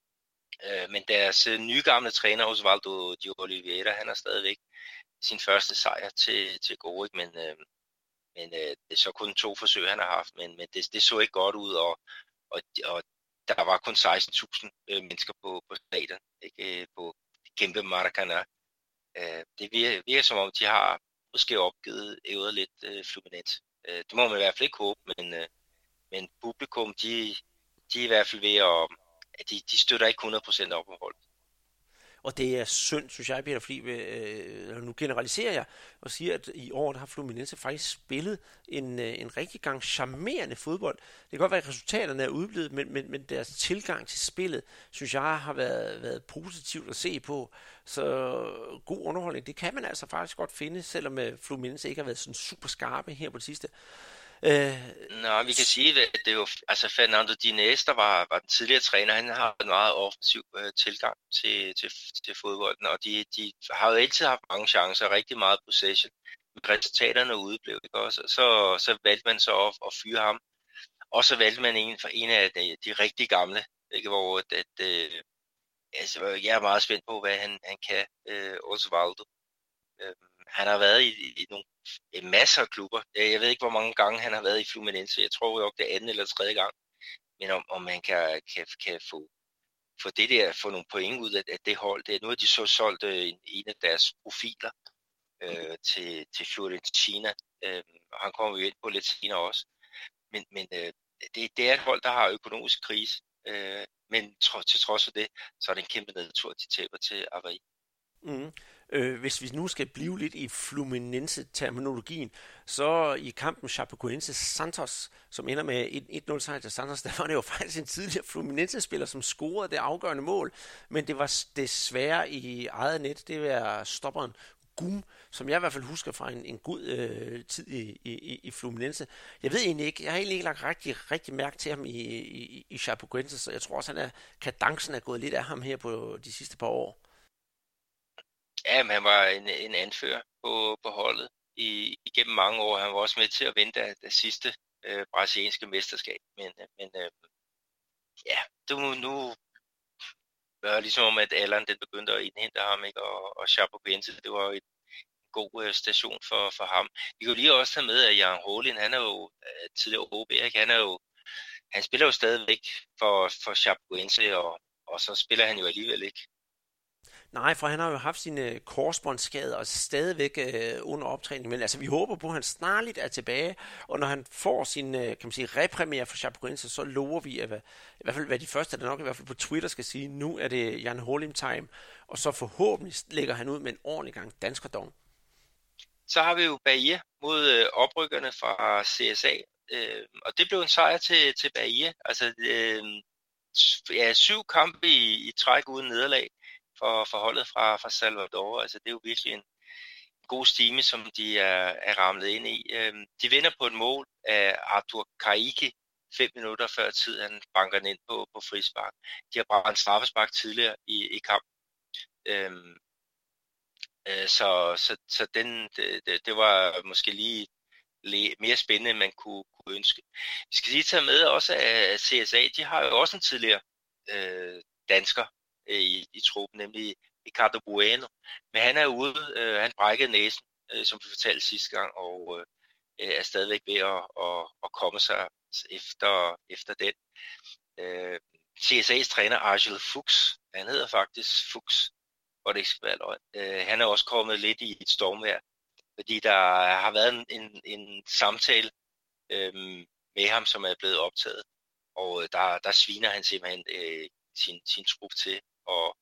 Øh, men deres øh, nye gamle træner, Osvaldo de Oliveira, han har stadigvæk sin første sejr til, til gode, ikke? Men, øh, men øh, det er så kun to forsøg, han har haft, men, men det, det så ikke godt ud, og, og, og der var kun seksten tusind øh, mennesker på, på stadion, ikke? På kæmpe Maracanã. Øh, det virker, virker som om, de har måske opgivet ævet lidt øh, Fluminense. Øh, det må man i hvert fald ikke håbe, men, øh, men publikum, de, de er i hvert fald ved at, at de, de støtter ikke hundrede procent op på holdet. Og det er synd, synes jeg, Peter, fordi øh, nu generaliserer jeg og siger, at i år der har Fluminense faktisk spillet en, øh, en rigtig gang charmerende fodbold. Det kan godt være, at resultaterne er udeblevet, men, men, men deres tilgang til spillet, synes jeg, har været, været positivt at se på. Så god underholdning, det kan man altså faktisk godt finde, selvom øh, Fluminense ikke har været sådan super skarpe her på det sidste. Øh, Nå, vi kan sige, at det er jo, altså Fernando Diniz, der var, var den tidligere træner, han har en meget offensiv øh, tilgang til, til, til fodbolden, og de, de har jo altid haft mange chancer, rigtig meget possession, men resultaterne udeblev, ikke også? Så, så valgte man så at, at fyre ham, og så valgte man en, for en af de, de rigtig gamle, ikke, hvor at, at, øh, altså, jeg er meget spændt på, hvad han, han kan, øh, Osvaldo. Øh, han har været i, i, i nogle en masse af klubber. Jeg ved ikke, hvor mange gange han har været i Fluminense. Jeg tror jo, det er anden eller tredje gang. Men om, om han kan, kan, kan få, få det der, få nogle point ud af, af det hold. Det, nu har de så solgt øh, en, en af deres profiler øh, til, til Fiorentina. Øh, han kommer jo ind på lidt senere også. Men, men øh, det, det er et hold, der har økonomisk krise. Øh, men tro, til trods af det, så er det en kæmpe nedtur, de taber til Avaí. Mm. Øh, hvis vi nu skal blive lidt i Fluminense-terminologien, så i kampen Chapecoense Santos, som ender med et nul sejr til Santos, der var det jo faktisk en tidligere Fluminense-spiller, som scorede det afgørende mål, men det var desværre i eget net. Det var stopperen Gum, som jeg i hvert fald husker fra en, en god øh, tid i, i, i Fluminense. Jeg ved egentlig ikke, jeg har egentlig ikke lagt rigtig, rigtig mærke til ham i, i, i Chapecoense, så jeg tror også, at kadencen er gået lidt af ham her på de sidste par år. Ja, men han var en, en anfører på, på holdet i, igennem mange år. Han var også med til at vinde det, det sidste øh, brasilianske mesterskab. Men, men øh, ja, det nu, nu var det ligesom om, at alderen den begyndte at indhente ham, ikke? Og, og Chapecoense, det var jo en god øh, station for, for ham. Vi kan jo lige også tage med, at Jan Holin, han er jo øh, tidligere O B, ikke? Han er jo, han spiller jo stadigvæk for, for Chapecoense, og, og så spiller han jo alligevel ikke. Nej, for han har jo haft sine korsbåndsskader og stadigvæk øh, under optræning, men altså vi håber på, at han snarligt er tilbage, og når han får sin, øh, kan man sige, repremiere for Chapecoense, så lover vi, at hvad, i hvert fald hvad de første, der nok i hvert fald på Twitter skal sige, nu er det Jan Holim time, og så forhåbentlig lægger han ud med en ordentlig gang danskerdom. Så har vi jo Bahia mod øh, oprykkerne fra C S A, øh, og det blev en sejr til, til Bahia, altså øh, ja, syv kampe i, i træk uden nederlag for, for holdet fra, fra Salvador. Altså det er jo virkelig en god stime, som de er, er ramlet ind i. Øhm, de vinder på et mål af Arthur Caike fem minutter før tid, han banker den ind på, på frispark. De har brændt straffespark tidligere i, i kampen. Øhm, øh, så så, så den, det, det var måske lige mere spændende, end man kunne, kunne ønske. Vi skal lige tage med også, at C S A, de har jo også en tidligere øh, dansker i, i truppen, nemlig Ricardo Bueno. Men han er ude, øh, han brækkede næsen, øh, som vi fortalte sidste gang, og øh, er stadigvæk ved at, at, at komme sig efter, efter den. Øh, C S A's træner Argel Fuchs, han hedder faktisk Fuchs, hvor det ikke skal være løgn. Øh, han er også kommet lidt i et stormvejr, fordi der har været en, en, en samtale øh, med ham, som er blevet optaget, og der, der sviner han simpelthen øh, sin, sin trup til og,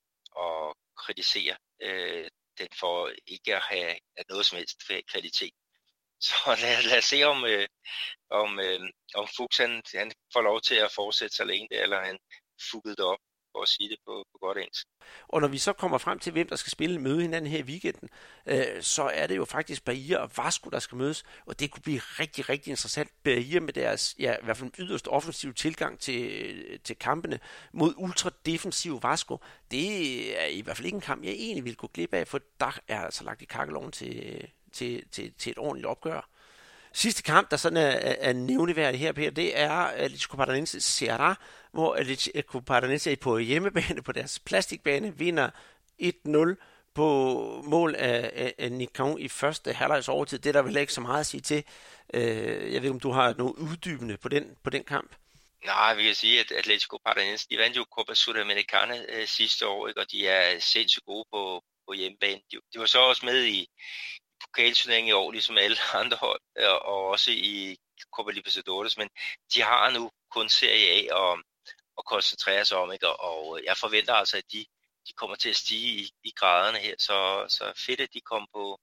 og kritisere øh, den for ikke at have at noget som helst kvalitet. Så lad, lad os se, om, øh, om, øh, om Fuchs han, han får lov til at fortsætte så længe det, eller han fuggede det op for at sige det på, på godt engelsk. Og når vi så kommer frem til, hvem der skal spille møde hinanden her i weekenden, øh, så er det jo faktisk Bahia og Vasco, der skal mødes, og det kunne blive rigtig, rigtig interessant. Bahia med deres, ja, i hvert fald yderst offensiv tilgang til, til kampene mod ultra-defensiv Vasco, det er i hvert fald ikke en kamp, jeg egentlig vil gå glip af, for der er altså lagt i kakkeloven til, til, til, til et ordentligt opgør. Sidste kamp, der sådan er, er nævneværdig her, Per, det er Atlético Paranaense Ceará, hvor Atlético Paranaense på hjemmebane på deres plastikbane vinder et nul på mål af, af, af Nikon i første halvlejs overtid. Det er der vel ikke så meget at sige til. Jeg ved ikke, om du har noget uddybende på den, på den kamp? Nej, vi kan sige, at Atlético Paranaense, de vandt jo Copa Sudamericana øh, sidste år, ikke? Og de er sindssygt gode på, på hjemmebane. De, de var så også med i pokalturneringen i år, ligesom alle andre hold, og også i Copa Libertadores, men de har nu kun Serie A og, og koncentrere sig om, ikke? Og jeg forventer altså, at de, de kommer til at stige i, i graderne her, så, så fedt, at de kommer på,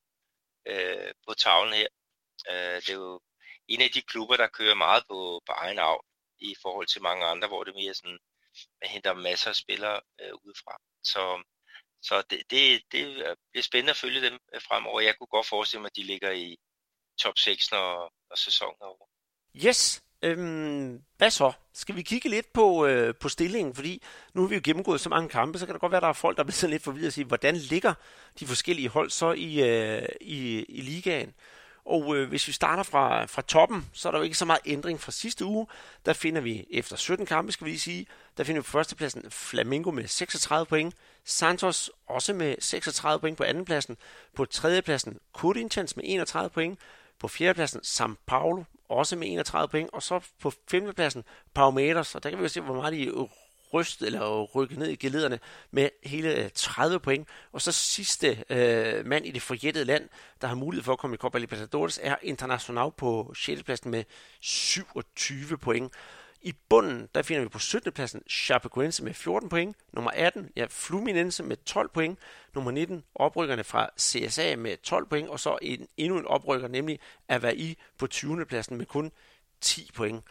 øh, på tavlen her. Øh, det er jo en af de klubber, der kører meget på, på egen arv i forhold til mange andre, hvor det mere sådan, man henter masser af spillere øh, udefra. Så Så det, det, det bliver spændende at følge dem fremover. Jeg kunne godt forestille mig, at de ligger i top seks, når, når sæsonen er over. Yes. Øhm, hvad så? Skal vi kigge lidt på, øh, på stillingen? Fordi nu har vi jo gennemgået så mange kampe, så kan det godt være, at der er folk, der bliver sådan lidt forvirret og sige, hvordan ligger de forskellige hold så i, øh, i, i ligaen? Og øh, hvis vi starter fra, fra toppen, så er der jo ikke så meget ændring fra sidste uge. Der finder vi efter sytten kampe, skal vi lige sige, der finder vi på førstepladsen Flamengo med seksogtredive point. Santos også med seksogtredive point på andenpladsen. På tredjepladsen Corinthians med enogtredive point. På fjerdepladsen São Paulo også med enogtredive point. Og så på femtepladsen Palmeiras, og der kan vi jo se, hvor meget de rystet eller rykket ned i gelederne med hele tredive point. Og så sidste øh, mand i det forjættede land, der har mulighed for at komme i Copa Libertadores, er Internacional på sjette pladsen med syvogtyve point. I bunden, der finder vi på syttende pladsen Chapecoense med fjorten point. Nummer atten, ja, Fluminense med tolv point. Nummer nitten, oprykkerne fra C S A med tolv point. Og så en, endnu en oprykker, nemlig Avaí på tyvende pladsen med kun ti point.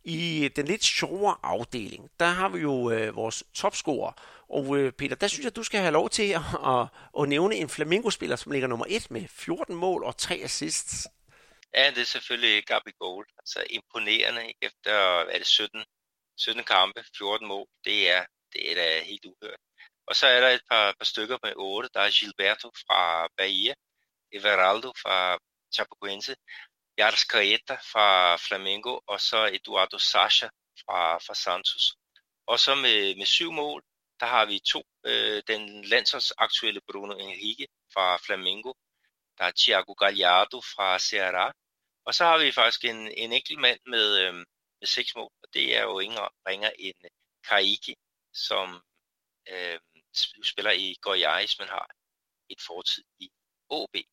I den lidt sjovere afdeling, der har vi jo øh, vores topscorer. Og øh, Peter, der synes jeg, at du skal have lov til at, at, at nævne en Flamengo-spiller, som ligger nummer et med fjorten mål og tre assists. Ja, det er selvfølgelig Gabigol. Altså imponerende, ikke? Efter er det sytten, sytten kampe, fjorten mål. Det er, det er da helt uhørt. Og så er der et par, par stykker med otte. Der er Gilberto fra Bahia, Everaldo fra Chapecoense, Yars Caeta fra Flamengo, og så Eduardo Sacha fra, fra Santos. Og så med, med syv mål, der har vi to. Øh, den landsholdsaktuelle Bruno Henrique fra Flamengo. Der er Thiago Gallardo fra Ceará. Og så har vi faktisk en, en enkelt mand med, øh, med seks mål, og det er jo ingen ringer end Karique, som øh, spiller i Goiás, men har et fortid i O B.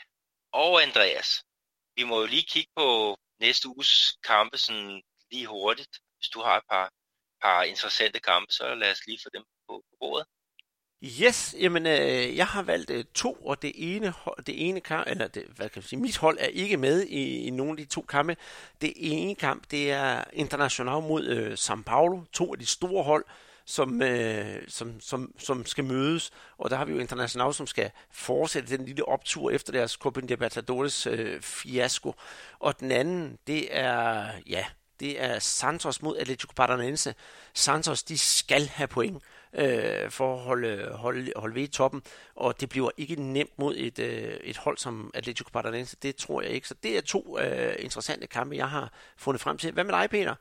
Og Andreas, vi må jo lige kigge på næste uges kampe sådan lige hurtigt. Hvis du har et par, par interessante kampe, så lad os lige få dem på bordet. Yes, jamen øh, jeg har valgt øh, to, og det ene, det ene kamp, eller det, hvad kan jeg sige, mit hold er ikke med i, i nogle af de to kampe. Det ene kamp, det er Internacional mod øh, São Paulo, to af de store hold, som, øh, som, som, som skal mødes, og der har vi jo Internacional, som skal fortsætte den lille optur efter deres Copa Libertadores øh, fiasko. Og den anden, det er, ja, det er Santos mod Atlético Paranaense. Santos, de skal have point øh, for at holde, holde, holde ved i toppen, og det bliver ikke nemt mod et, øh, et hold som Atlético Paranaense. Det tror jeg ikke. Så det er to øh, interessante kampe, jeg har fundet frem til. Hvad med dig, Peter?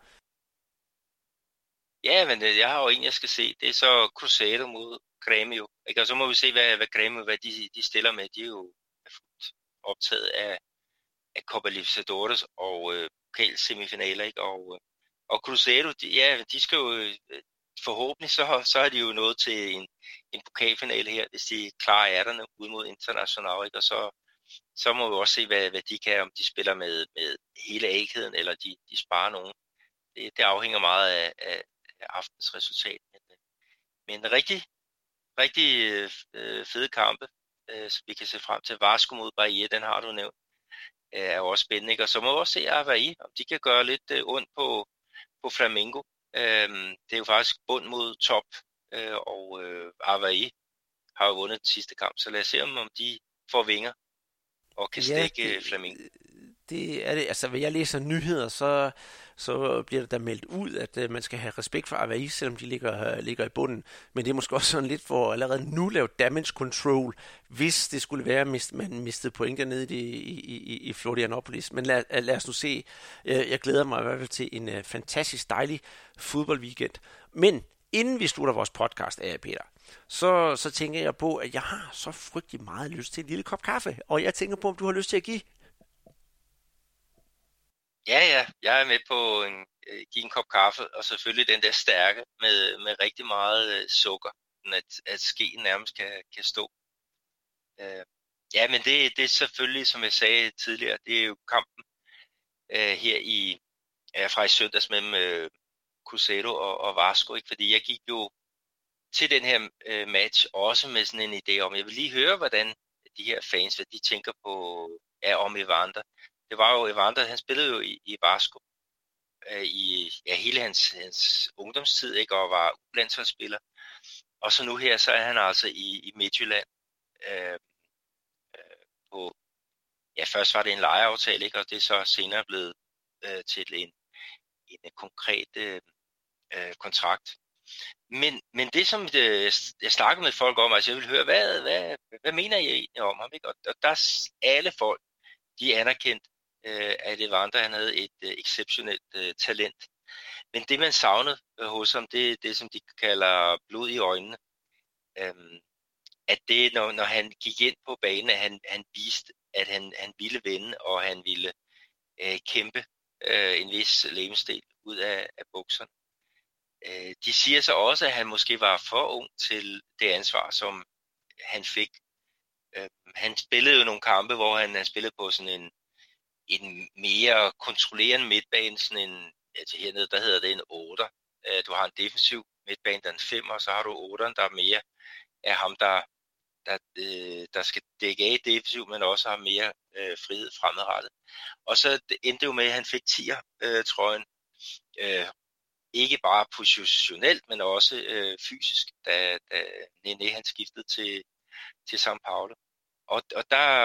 Ja, men jeg har jo en, jeg skal se. Det er så Cruzeiro mod Grêmio. Ikke? Og så må vi se, hvad, hvad Grêmio hvad de, de stiller med. De er jo optaget af, af Copa Libertadores og øh, pokalsemifinaler. Ikke? Og, og Cruzeiro, de, ja, de skal jo øh, forhåbentlig, så, så er de jo nået til en, en pokalfinale her, hvis de klarer ærterne ud mod Internacional. Ikke? Og så, så må vi også se, hvad, hvad de kan, om de spiller med, med hele ægheden, eller de, de sparer nogen. Det, det afhænger meget af, af aftens resultat. Men, men rigtig, rigtig øh, fede kampe, øh, som vi kan se frem til. Vasco mod Bahia, den har du nævnt, øh, er jo også spændende. Ikke? Og så må vi også se Avaí, om de kan gøre lidt øh, ondt på, på Flamengo. Øh, det er jo faktisk bund mod top øh, og øh, Avaí har jo vundet den sidste kamp, så lad os se, om, om de får vinger og kan Ja, stikke det, Flamengo. det er det. Altså, når jeg læser nyheder, så, så bliver der da meldt ud, at uh, man skal have respekt for Avaí, selvom de ligger, uh, ligger i bunden. Men det er måske også sådan lidt for allerede nu lave damage control, hvis det skulle være, at man mistede point dernede i, i, i, i Florianopolis. Men lad, lad os nu se. Jeg glæder mig i hvert fald til en uh, fantastisk dejlig fodboldweekend. Men inden vi slutter vores podcast af, Peter, så, så tænker jeg på, at jeg har så frygtelig meget lyst til en lille kop kaffe. Og jeg tænker på, om du har lyst til at give. Ja, ja, jeg er med på en, øh, give en kop kaffe, og selvfølgelig den der stærke med, med rigtig meget øh, sukker, at, at skeen nærmest kan, kan stå. Øh, ja, men det, det er selvfølgelig, som jeg sagde tidligere, det er jo kampen øh, her i, ja, fra i søndags mellem øh, Cruzeiro og, og Vasco, ikke? Fordi jeg gik jo til den her øh, match også med sådan en idé om, jeg vil lige høre, hvordan de her fans, hvad de tænker på, er om Evander. Det var jo, Evander, han spillede jo i, i Vasco øh, i ja, hele hans, hans ungdomstid, ikke, og var landsholdsspiller. Og så nu her, så er han altså i, i Midtjylland. Øh, øh, på, ja, først var det en lejeaftale, ikke, og det er så senere blevet øh, til en, en konkret øh, øh, kontrakt. Men, men det, som det, jeg snakkede med folk om, altså jeg vil høre, hvad, hvad, hvad mener I egentlig om ham? Ikke? Og, og der er alle folk, de er anerkendt, øh, at Evander, han havde et øh, exceptionelt øh, talent. Men det, man savnede øh, hos ham, det er det, som de kalder blod i øjnene. Øhm, at det, når, når han gik ind på banen, at han, han viste, at han, han ville vinde, og han ville øh, kæmpe øh, en vis levensdel ud af, af bukserne. Øh, de siger så også, at han måske var for ung til det ansvar, som han fik. Øh, han spillede jo nogle kampe, hvor han, han spillede på sådan en, en mere kontrollerende midtbane, sådan en, altså hernede, der hedder det en otter. Øh, du har en defensiv midtbane, der er en femmer, og så har du otteren, der er mere af ham, der, der, øh, der skal dække af defensiv, men også har mere øh, frihed fremadrettet. Og så endte jo med, at han fik tier-trøjen, øh, ikke bare positionelt, men også øh, fysisk, da, da Nene han skiftede til, til São Paulo. Og, og der,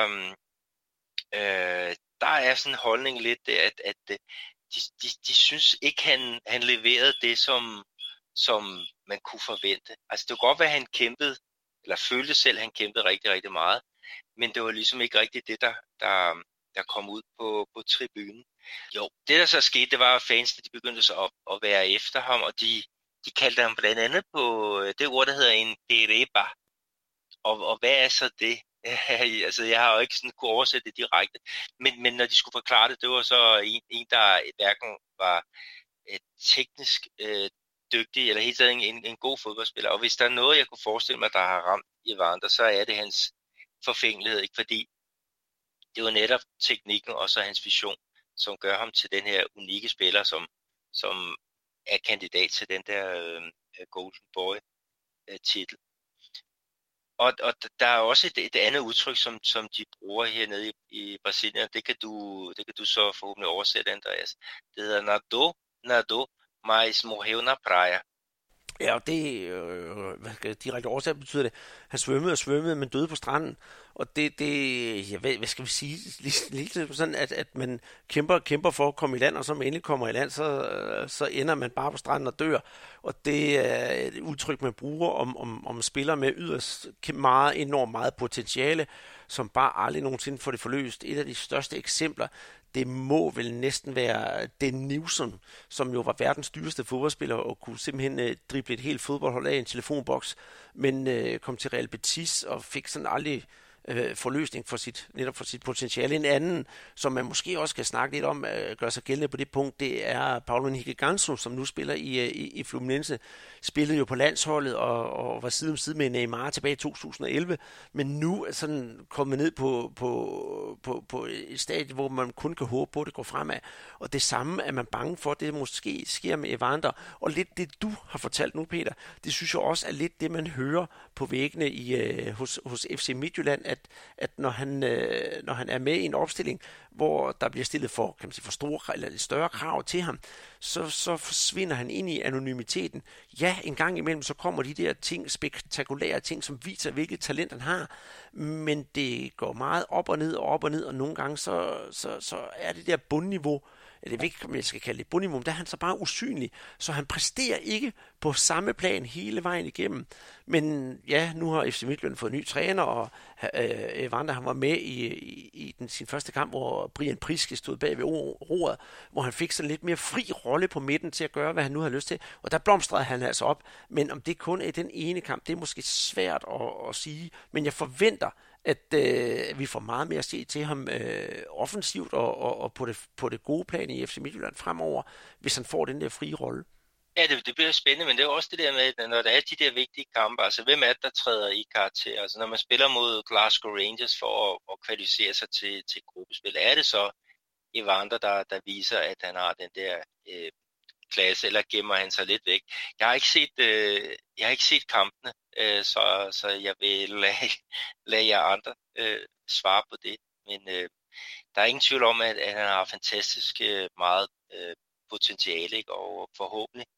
øh, der er sådan en holdning lidt, at, at de, de, de synes ikke, han, han leverede det, som, som man kunne forvente. Altså det kunne godt være, at han kæmpede, eller følte selv, at han kæmpede rigtig, rigtig meget, men det var ligesom ikke rigtigt det, der, der, der kom ud på, på tribunen. Jo, det der så skete, det var, at fansene de begyndte så at, at være efter ham, og de, de kaldte ham blandt andet på det ord, der hedder en dereba. Og, og hvad er så det? Altså, jeg har jo ikke sådan kunne oversætte det direkte, men, men når de skulle forklare det, det var så en, en der hverken var et teknisk øh, dygtig, eller helt en, en, en god fodboldspiller. Og hvis der er noget, jeg kunne forestille mig, der har ramt Evander, så er det hans forfængelighed, ikke? Fordi det var netop teknikken og så hans vision, som gør ham til den her unikke spiller, som, som er kandidat til den der øh, Golden Boy-titel. Og, og der er også et, et andet udtryk, som, som de bruger hernede i, i Brasilien, det kan, du, det kan du så forhåbentlig oversætte, Andreas. Det hedder Nadou, Nadou, mas morreu na praia. Ja, og det øh, direkte oversat betyder det, han svømmede og svømmede, men døde på stranden. Og det, det ja, hvad, hvad skal vi sige, lige sådan, at, at man kæmper kæmper for at komme i land, og så man endelig kommer i land, så, så ender man bare på stranden og dør. Og det er et udtryk, man bruger om, om, om spillere med yderst meget, enormt meget potentiale, som bare aldrig nogensinde får det forløst. Et af de største eksempler, det må vel næsten være Den Newsom, som jo var verdens dyreste fodboldspiller og kunne simpelthen øh, drible et helt fodboldhold af i en telefonboks, men øh, kom til Real Betis og fik sådan aldrig øh, forløsning for sit, netop for sit potentiale. En anden, som man måske også kan snakke lidt om, øh, gør sig gældende på det punkt, det er Paulo Henrique Ganso, som nu spiller i, øh, i, i Fluminense. Spillede jo på landsholdet og, og var side om side med Neymar tilbage i to tusind og elleve, men nu er sådan kommet ned på, på, på, på et stadie, hvor man kun kan håbe på, at det går fremad. Og det samme er man bange for, at det måske sker med Evander. Og lidt det, du har fortalt nu, Peter, det synes jeg også er lidt det, man hører på væggene i, øh, hos, hos F C Midtjylland, at, at når, han, øh, når han er med i en opstilling, hvor der bliver stillet for, kan man sige, for store eller større krav til ham, så, så forsvinder han ind i anonymiteten. Ja, en gang imellem, så kommer de der ting, spektakulære ting, som viser, hvilket talent han har, men det går meget op og ned og op og ned, og nogle gange, så, så, så er det der bundniveau, jeg ved ikke, om jeg skal kalde det bundniveau, der er han så bare usynlig, så han præsterer ikke på samme plan hele vejen igennem. Men ja, nu har F C Midtjylland fået ny træner, og øh, Evander, han var med i, i, i den, sin første kamp, hvor Brian Priske stod bag ved roret, hvor han fik sådan lidt mere fri rolle på midten til at gøre, hvad han nu havde lyst til, og der blomstrede han altså op. Men om det kun er den ene kamp, det er måske svært at, at sige, men jeg forventer, at øh, vi får meget mere at se til ham øh, offensivt og, og, og på, det, på det gode plan i F C Midtjylland fremover, hvis han får den der frie rolle. Ja, det, det bliver spændende, men det er også det der med, når der er de der vigtige kampe, altså hvem er det, der træder i karakter? Altså når man spiller mod Glasgow Rangers for at, at kvalificere sig til, til gruppespil, er det så Evander, der, der viser, at han har den der øh, klasse, eller gemmer han sig lidt væk? Jeg har ikke set, øh, jeg har ikke set kampene, øh, så, så jeg vil lade, lade jer andre øh, svare på det, men øh, der er ingen tvivl om, at, at han har fantastisk øh, meget øh, potentiale, ikke? Og forhåbentlig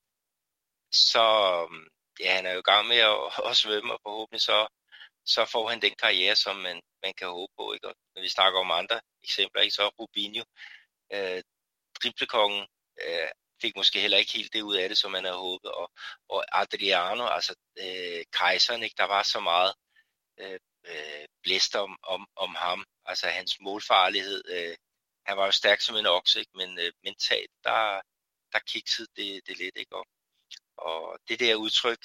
så ja, han er jo i gang med at, at svømme, og forhåbentlig så, så får han den karriere, som man, man kan håbe på, ikke? Og når vi snakker om andre eksempler, ikke? Så Rubinho, øh, driblekongen, øh, fik måske heller ikke helt det ud af det, som man havde håbet, og, og Adriano, altså øh, kejseren, ikke? Der var så meget øh, øh, blæst om, om, om ham, altså hans målfarlighed, øh, han var jo stærk som en okse, ikke? Men øh, mentalt, der, der kiksede det, det lidt, ikke? Og, og det der udtryk,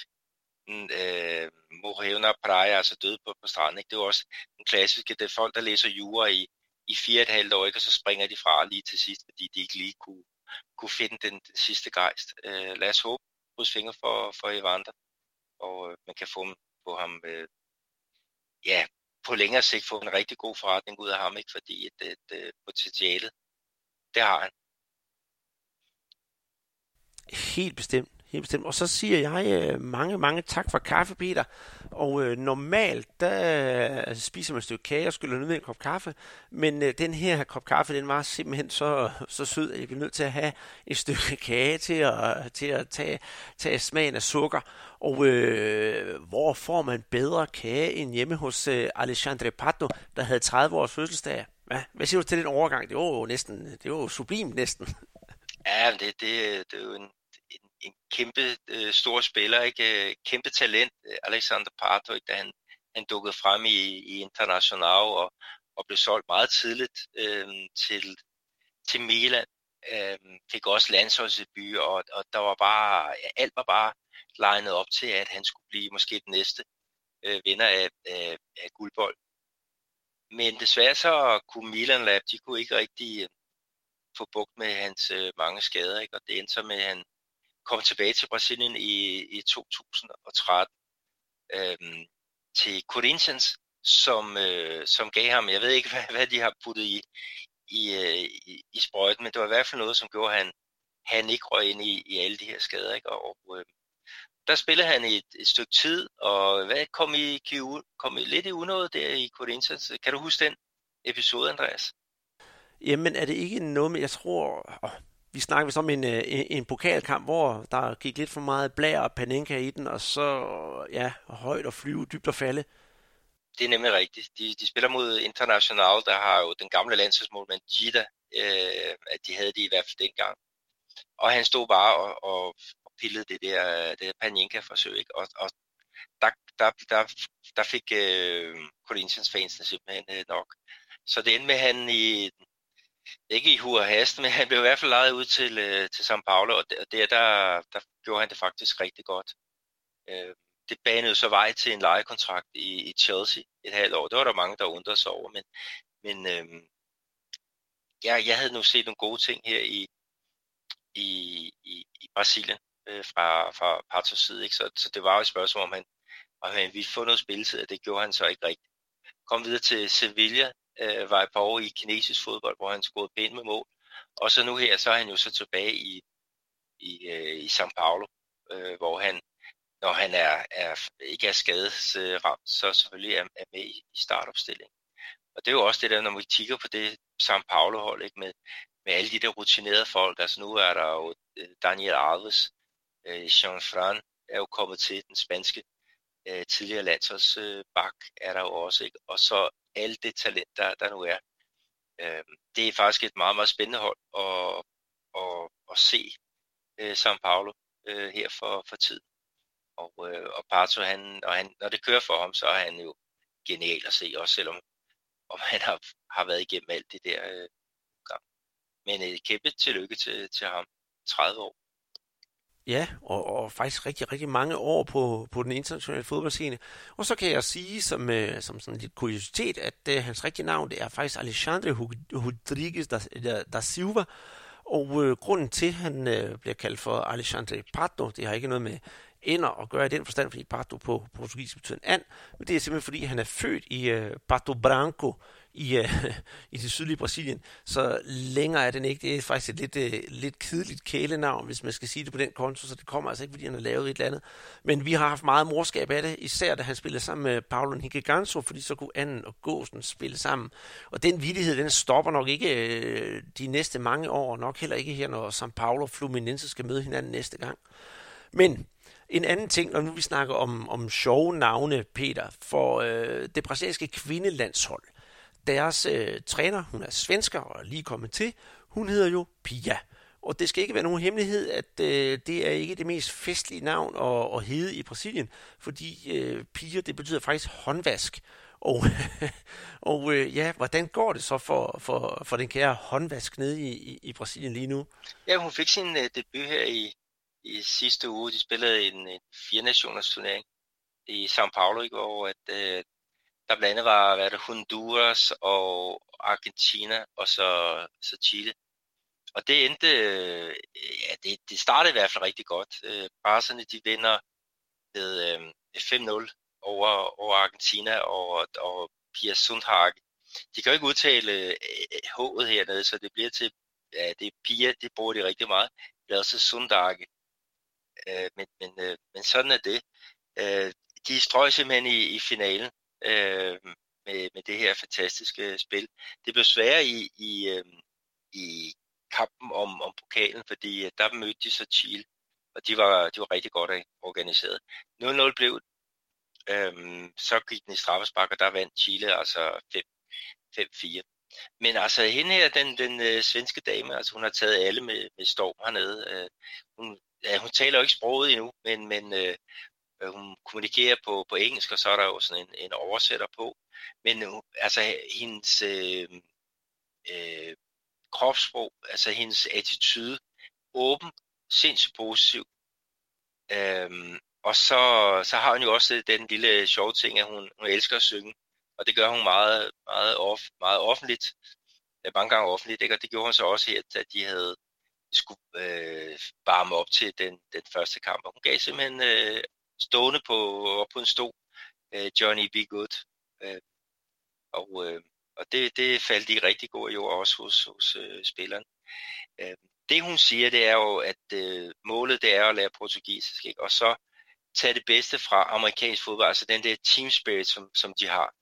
øh, morreu na praia, altså døde på, på stranden, ikke? Det er jo også en klassiske, det er folk, der læser jura i, i fire og et halvt år, ikke? Og så springer de fra lige til sidst, fordi de ikke lige kunne, kunne finde den, den sidste gejst. Øh, lad os håbe, hos fingre for, for Evander, og øh, man kan få, få ham, øh, ja, på længere sigt få en rigtig god forretning ud af ham, ikke? Fordi et, et, et potentiale, det har han. Helt bestemt. Helt bestemt. Og så siger jeg øh, mange, mange tak for kaffe, Peter. Og øh, normalt, der øh, spiser man et stykke kage og skyller ned med en kop kaffe. Men øh, den her kop kaffe, den var simpelthen så, så sød, at jeg blev nødt til at have et stykke kage til at, til at tage, tage smagen af sukker. Og øh, hvor får man bedre kage end hjemme hos øh, Alexandre Pato, der havde tredive års fødselsdag? Ja, hvad siger du til den overgang? Det var jo næsten, det var jo sublimt næsten. Ja, det, det, det er jo en En, en kæmpe øh, stor spiller, ikke? Kæmpe talent, Alexander Pato, ikke? Da han, han dukkede frem i, i International og, og blev solgt meget tidligt øh, til, til Milan. Øh, fik også landsholdsdebut, og, og der var bare, alt var bare legnet op til, at han skulle blive måske den næste øh, vinder af, af, af guldbold. Men desværre så kunne Milan Lab, de kunne ikke rigtig øh, få bugt med hans øh, mange skader, ikke? Og det endte så med, at han kom tilbage til Brasilien i, i to tusind og tretten øhm, til Corinthians, som, øh, som gav ham, jeg ved ikke, hvad, hvad de har puttet i, i, øh, i, i sprøjten, men det var i hvert fald noget, som gjorde, at han, han ikke røg ind i, i alle de her skader, ikke? Og øh, der spillede han i et, et stykke tid, og hvad kom I, kom I lidt i unåde der i Corinthians? Kan du huske den episode, Andreas? Jamen, er det ikke noget med, jeg tror... Oh. Vi snakker vist om en, en, en pokalkamp, hvor der gik lidt for meget blær og Panenka i den, og så ja, højt og flyve, dybt og falde. Det er nemlig rigtigt. De, de spiller mod International, der har jo den gamle landsholdsmålmand Gita, øh, at de havde det i hvert fald dengang. Og han stod bare og, og, og pillede det der, det der Panenka-forsøg, ikke? Og, og der, der, der, der fik øh, Corinthians fansene simpelthen øh, nok. Så det endte med, han i ikke i hur og hast, men han blev i hvert fald lejet ud til, øh, til São Paulo, og der, der, der gjorde han det faktisk rigtig godt. Øh, det banede så vej til en lejekontrakt i, i Chelsea et halvt år. Det var der mange, der undrede sig over, men, men øh, ja, jeg havde nu set nogle gode ting her i, i, i, i Brasilien øh, fra, fra Patos side, ikke? Så, så det var jo et spørgsmål, om han, om han ville få noget spilletid, og det gjorde han så ikke rigtigt. Kom videre til Sevilla, Øh, var et par år i kinesisk fodbold, hvor han scorede pænt med mål. Og så nu her, så er han jo så tilbage i, i, øh, i São Paulo, øh, hvor han, når han er, er, ikke er skadesramt, så selvfølgelig er, er med i, i startopstillingen. Og det er jo også det der, når vi kigger på det São Paulo-hold, ikke, med, med alle de der rutinerede folk. Altså nu er der jo Daniel Alves, øh, Jean-Fran er jo kommet til, den spanske øh, tidligere landsholdsbak øh, er der jo også, ikke? Og så alt det talent, der, der nu er. Øh, det er faktisk et meget, meget spændende hold at, at, at se øh, São Paulo øh, her for, for tid. Og, øh, og Pato, han, og han, når det kører for ham, så er han jo genial at se, også selvom om han har, har været igennem alt det der øh, gang. Men et kæmpe tillykke til, til ham. tredive år. Ja, og, og faktisk rigtig, rigtig mange år på, på den internationale fodboldscene. Og så kan jeg sige som, øh, som sådan lidt kuriositet, at øh, hans rigtige navn, det er faktisk Alexandre Rodrigues da, da, da Silva. Og øh, grunden til, at han øh, bliver kaldt for Alexandre Pato, det har ikke noget med ender at gøre i den forstand, fordi Pato på portugisisk betyder en and, men det er simpelthen fordi, han er født i øh, Pato Branco i, øh, i det sydlige Brasilien, så længere er den ikke. Det er faktisk et lidt, øh, lidt kedeligt kælenavn, hvis man skal sige det på den konto, så det kommer altså ikke, fordi han har lavet et eller andet. Men vi har haft meget morskab af det, især da han spillede sammen med Paulo Henrique Ganso, fordi så kunne anden og gåsen spille sammen. Og den vittighed, den stopper nok ikke øh, de næste mange år, nok heller ikke her, når São Paulo og Fluminense skal møde hinanden næste gang. Men en anden ting, når nu vi snakker om, om sjove navne, Peter, for øh, det brasilianske kvindelandshold. Deres øh, træner, hun er svensker og er lige kommet til, hun hedder jo Pia. Og det skal ikke være nogen hemmelighed, at øh, det er ikke det mest festlige navn at, at hedde i Brasilien, fordi øh, Pia, det betyder faktisk håndvask. Og, og øh, ja, hvordan går det så for, for, for den kære håndvask nede i, i, i Brasilien lige nu? Ja, hun fik sin øh, debut her i I sidste uge. De spillede en, en fire-nationers turnering i São Paulo, ikke? Hvor at, øh, der blandt andet var hvad det, Honduras og Argentina og så, så Chile. Og det endte, øh, ja, det, det startede i hvert fald rigtig godt. Øh, Brasserne, de vinder med øh, fem nul over, over Argentina og, og Pia Sundhage. De kan jo ikke udtale øh, H'et hernede, så det bliver til, ja, det er Pia, det bruger de rigtig meget. Det er også Sundhage. Øh, men, men, øh, men sådan er det. Øh, de strøg simpelthen i, i finalen øh, med, med det her fantastiske spil. Det blev sværere i, i, øh, i kampen om, om pokalen, fordi der mødte de så Chile, og de var, de var rigtig godt organiseret. nul nul blev øh, så gik den i straffespark, og der vandt Chile altså fem fire. Men altså hende her, den, den øh, svenske dame, altså hun har taget alle med, med storm hernede. Øh, hun Ja, hun taler jo ikke sproget endnu, men, men øh, hun kommunikerer på, på engelsk, og så er der jo sådan en, en oversætter på. Men øh, altså hendes øh, øh, kropssprog, altså hendes attitude, åben, sindssygt positiv. Øhm, og så, så har hun jo også den lille sjove ting, at hun, hun elsker at synge, og det gør hun meget, meget, off, meget offentligt. Ja, mange gange offentligt, ikke? Og det gjorde hun så også her, at de havde skulle øh, varme op til den, den første kamp. Og hun gav simpelthen øh, stående på, op på en stol, øh, Johnny Be Good. Øh, og øh, og det, det faldt i rigtig god jord også hos, hos øh, spilleren. Øh, det hun siger, det er jo, at øh, målet det er at lære portugisisk, ikke? Og så tage det bedste fra amerikansk fodbold, altså den der team spirit, som, som de har.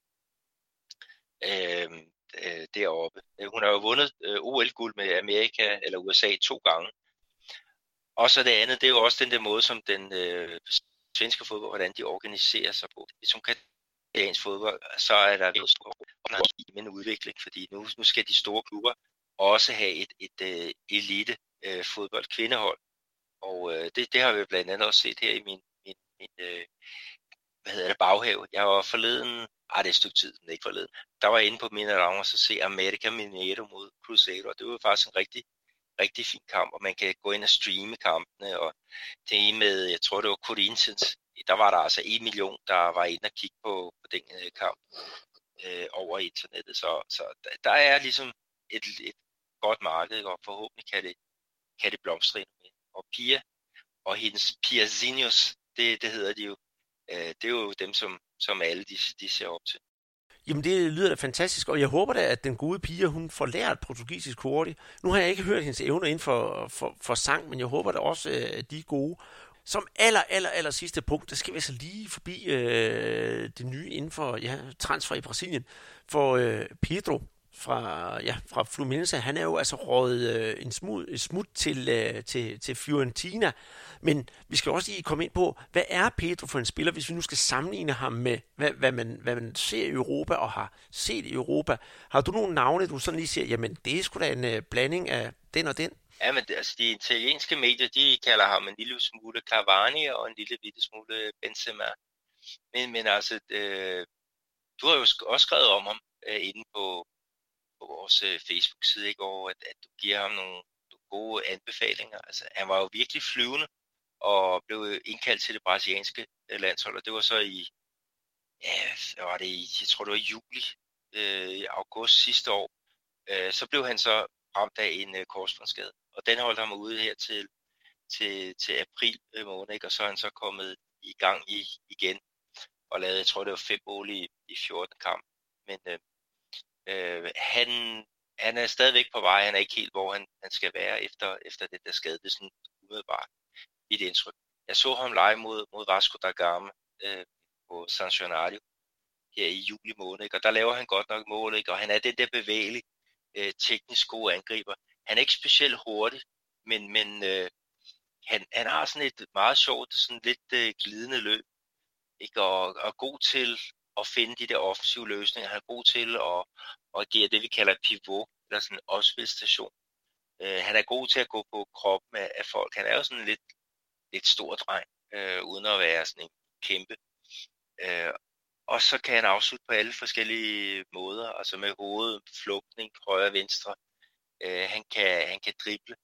Øh, øh, deroppe. Hun har jo vundet øh, O L-guld med Amerika eller U S A to gange. Og så det andet, det er jo også den der måde, som den øh, svenske fodbold, hvordan de organiserer sig på. Hvis hun kan dansk fodbold, så er der jo stor en udvikling, fordi nu, nu skal de store klubber også have et, et, et elite øh, fodbold kvindehold. Og øh, det, det har vi blandt andet også set her i min, min, min øh, hvad hedder det, baghave. Jeg var forleden, ah det er et stykke tid, men ikke forleden, der var jeg inde på Mineirão og så se América Mineiro mod Cruzeiro, og det var faktisk en rigtig, rigtig fin kamp, og man kan gå ind og streame kampene, og det med, jeg tror det var Corinthians, der var der altså en million, der var inde og kigge på, på den øh, kamp øh, over internettet, så, så der er ligesom et, et godt marked, og forhåbentlig kan det, kan det blomstre endnu mere. Og Pia og hendes Piazinhos, det, det hedder de jo, øh, det er jo dem, som, som alle de, de ser op til. Jamen det lyder da fantastisk, og jeg håber da, at den gode Pia, hun får lært portugisisk hurtigt. Nu har jeg ikke hørt hendes evner inden for, for, for sang, men jeg håber da også, at de er gode. som aller, aller, aller sidste punkt, der skal vi altså lige forbi øh, det nye inden for ja, transfer i Brasilien. For øh, Pedro fra, ja, fra Fluminense, han er jo altså røget øh, en smut, et smut til, øh, til, til Fiorentina. Men vi skal også lige komme ind på, hvad er Pedro for en spiller, hvis vi nu skal sammenligne ham med, hvad, hvad, man, hvad man ser i Europa og har set i Europa. Har du nogle navne, du sådan lige siger, jamen det er sgu da en øh, blanding af den og den? Ja, men altså, de italienske medier, de kalder ham en lille smule Cavani og en lille bitte smule Benzema. Men, men altså, øh, du har jo også skrevet om ham øh, inde på, på vores øh, Facebook-side i går, at, at du giver ham nogle gode anbefalinger. Altså, han var jo virkelig flyvende og blev indkaldt til det brasilianske øh, landshold, og det var så i, ja, var det i, jeg tror det var i juli, øh, august sidste år. Øh, så blev han så ramt af en øh, korsbåndsskade, og den holdt ham ude her til, til, til april øh, måned, ikke? Og så er han så kommet i gang i, igen og lavede, jeg tror det var fem mål i, i fjorten kamp. Men øh, øh, han, han er stadigvæk på vej, han er ikke helt, hvor han, han skal være efter, efter det der skade. Det er sådan umiddelbart mit indtryk. Jeg så ham live mod, mod Vasco da Gama øh, på San Gennaro her i juli måned, ikke? Og der laver han godt nok mål, ikke? Og han er den der bevægelige, øh, teknisk gode angriber. Han er ikke specielt hurtig, men, men øh, han, han har sådan et meget sjovt, sådan lidt øh, glidende løb, ikke? Og, og god til at finde de der offensive løsninger. Han er god til at, at agere det, vi kalder pivot, eller sådan en opspilstation. Øh, han er god til at gå på kroppen af, af folk. Han er jo sådan lidt, lidt stor dreng, øh, uden at være sådan en kæmpe. Øh, og så kan han afslutte på alle forskellige måder, altså med hovedet, flugtning, højre og venstre. Øh, han, kan, han kan drible.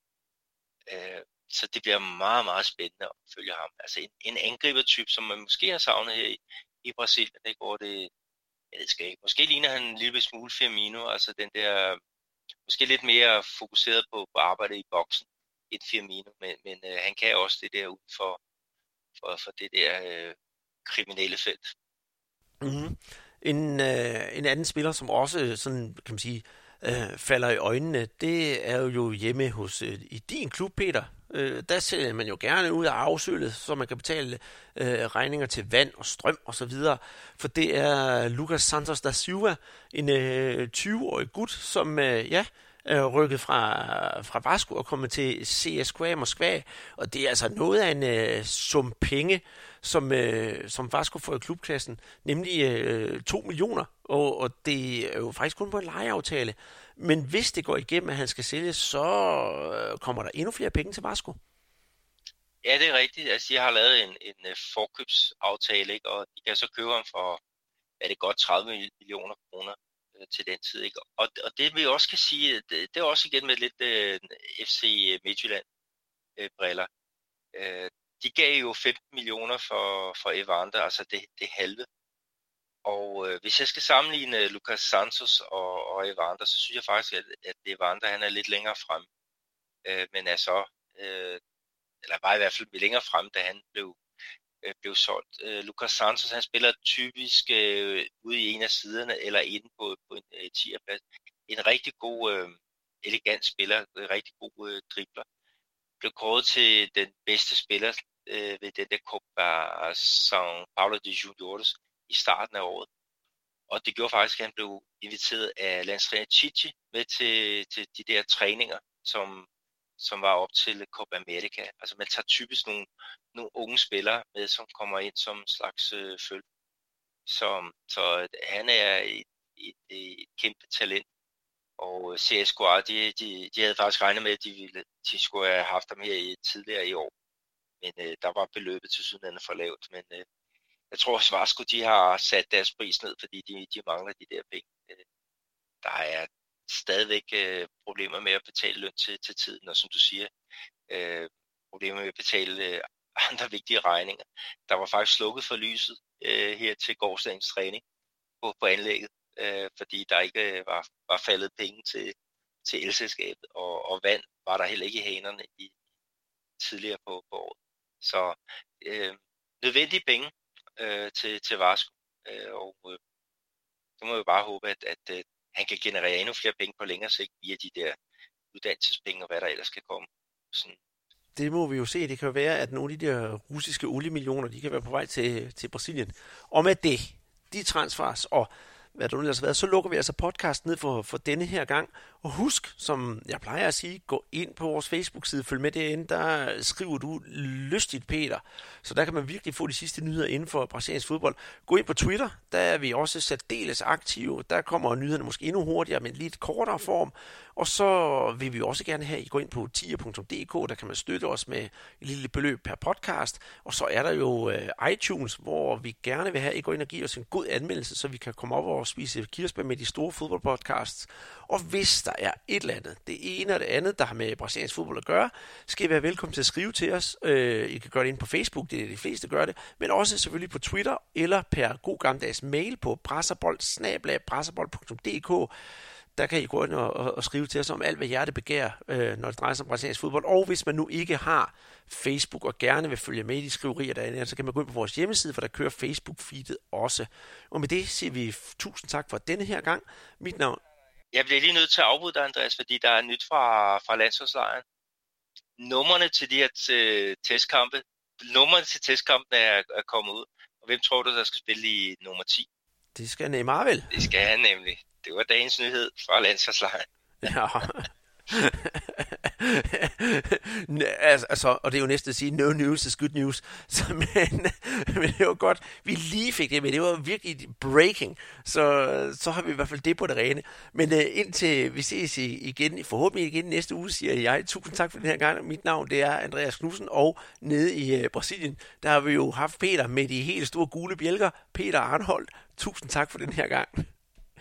Øh, så det bliver meget, meget spændende at følge ham. Altså en, en angribertype, som man måske har savnet her i, i Brasilien, ikke? Hvor det, jeg ved ikke, måske ligner han en lille smule Firmino, altså den der, måske lidt mere fokuseret på, på arbejde i boksen end Firmino, men, men øh, han kan også det der ud for, for, for det der øh, kriminelle felt. Mm-hmm. En, øh, en anden spiller, som også sådan, kan man sige, øh, falder i øjnene, det er jo hjemme hos øh, i din klub, Peter. Øh, der sælger man jo gerne ud af afsølet, så man kan betale øh, regninger til vand og strøm og så videre. For det er Lucas Santos da Silva, en øh, tyve-årig gut, som øh, ja, er rykket fra, fra Vasco og kommet til C S K A Moskva. Og det er altså noget af en øh, sum penge, som, øh, som Vasco får i klubklassen, nemlig øh, to millioner. Og, og det er jo faktisk kun på en lejeaftale. Men hvis det går igennem, at han skal sælges, så øh, kommer der endnu flere penge til Vasco. Ja, det er rigtigt. Altså, jeg har lavet en, en uh, forkøbsaftale, ikke? Og de kan så købe ham for, er det godt tredive millioner kroner uh, til den tid, ikke? Og, og det vi også kan sige, det, det er også igen med lidt uh, F C Midtjylland-briller. Uh, uh, de gav jo femten millioner for, for Evander, altså det, det halve. Og øh, hvis jeg skal sammenligne Lucas Santos og, og Evander, så synes jeg faktisk, at, at Evander han er lidt længere frem. Øh, men altså, øh, eller bare i hvert fald længere frem, da han blev, øh, blev solgt. Øh, Lucas Santos han spiller typisk øh, ude i en af siderne eller inde på, på en øh, tierplads. En rigtig god, øh, elegant spiller, en rigtig god øh, dribler. Blev kåret til den bedste spiller øh, ved den der Copa São Paulo de Juniores i starten af året. Og det gjorde faktisk, at han blev inviteret af landstræner Chichi med til, til de der træninger, som, som var op til Copa America. Altså man tager typisk nogle, nogle unge spillere med, som kommer ind som en slags øh, følge. Så, så han er et, et, et kæmpe talent. Og C S K A, de, de, de havde faktisk regnet med, at de, ville, de skulle have haft ham her i, tidligere i år. Men øh, der var beløbet til sydenlandet for lavt. Men øh, jeg tror også, Vasco, de har sat deres pris ned, fordi de, de mangler de der penge. Der er stadigvæk øh, problemer med at betale løn til, til tiden, og som du siger, øh, problemer med at betale øh, andre vigtige regninger. Der var faktisk slukket for lyset øh, her til gårsdagens træning på, på anlægget, øh, fordi der ikke øh, var, var faldet penge til, til elselskabet, og, og vand var der heller ikke i hanerne i, tidligere på, på året. Så øh, nødvendige penge øh, til, til Vasco, øh, og øh, så må vi bare håbe, at, at øh, han kan generere endnu flere penge på længere sigt via de der uddannelsespenge og hvad der ellers kan komme. Sådan Det må vi jo se. Det kan jo være, at nogle af de der russiske oliemillioner, de kan være på vej til, til Brasilien. Og med det, de transfers og hvad der nu ellers har været, så lukker vi altså podcasten ned for, for denne her gang. Og husk, som jeg plejer at sige, gå ind på vores Facebook-side, følg med derinde, der skriver du lystigt, Peter. Så der kan man virkelig få de sidste nyheder inden for brasiliansk fodbold. Gå ind på Twitter, der er vi også særdeles aktive. Der kommer nyhederne måske endnu hurtigere, men lidt kortere form. Og så vil vi også gerne have, at I går ind på tier punktum d k, der kan man støtte os med et lille beløb per podcast. Og så er der jo uh, iTunes, hvor vi gerne vil have, at I går ind og giver os en god anmeldelse, så vi kan komme op og spise kirsebær med de store fodboldpodcasts. Og hvis der er et eller andet, det ene og det andet, der har med brasiliansk fodbold at gøre, skal I være velkommen til at skrive til os. Øh, I kan gøre det ind på Facebook, det er de fleste gør det, men også selvfølgelig på Twitter, eller per god gammeldags mail på brasserbold snabel-a brasserbold punktum d k. Der kan I gå ind og, og, og skrive til os om alt, hvad hjertet begær, øh, når det drejer sig om brasiliansk fodbold. Og hvis man nu ikke har Facebook og gerne vil følge med i de skriverier derinde, så kan man gå ind på vores hjemmeside, for der kører Facebook-feedet også. Og med det siger vi tusind tak for denne her gang. Mit navn. Jeg bliver lige nødt til at afbryde dig, Andreas, fordi der er nyt fra, fra landsholdslejren. Nummerne til de her t- testkampe, nummerne til testkampen er, er kommet ud. Og hvem tror du, der skal spille i nummer ti? Det skal Neymar vel? Det skal han nemlig. Det var dagens nyhed fra landsholdslejren. Ja. altså, og det er jo næsten at sige, no news is good news. Så, men, men det var godt, vi lige fik det med. Det var virkelig breaking. Så, så har vi i hvert fald det på det rene. Men uh, indtil vi ses igen, forhåbentlig igen næste uge, siger jeg tusind tak for den her gang. Mit navn, det er Andreas Knudsen, og nede i uh, Brasilien, der har vi jo haft Peter med de helt store gule bjælker. Peter Arnholdt, tusind tak for den her gang.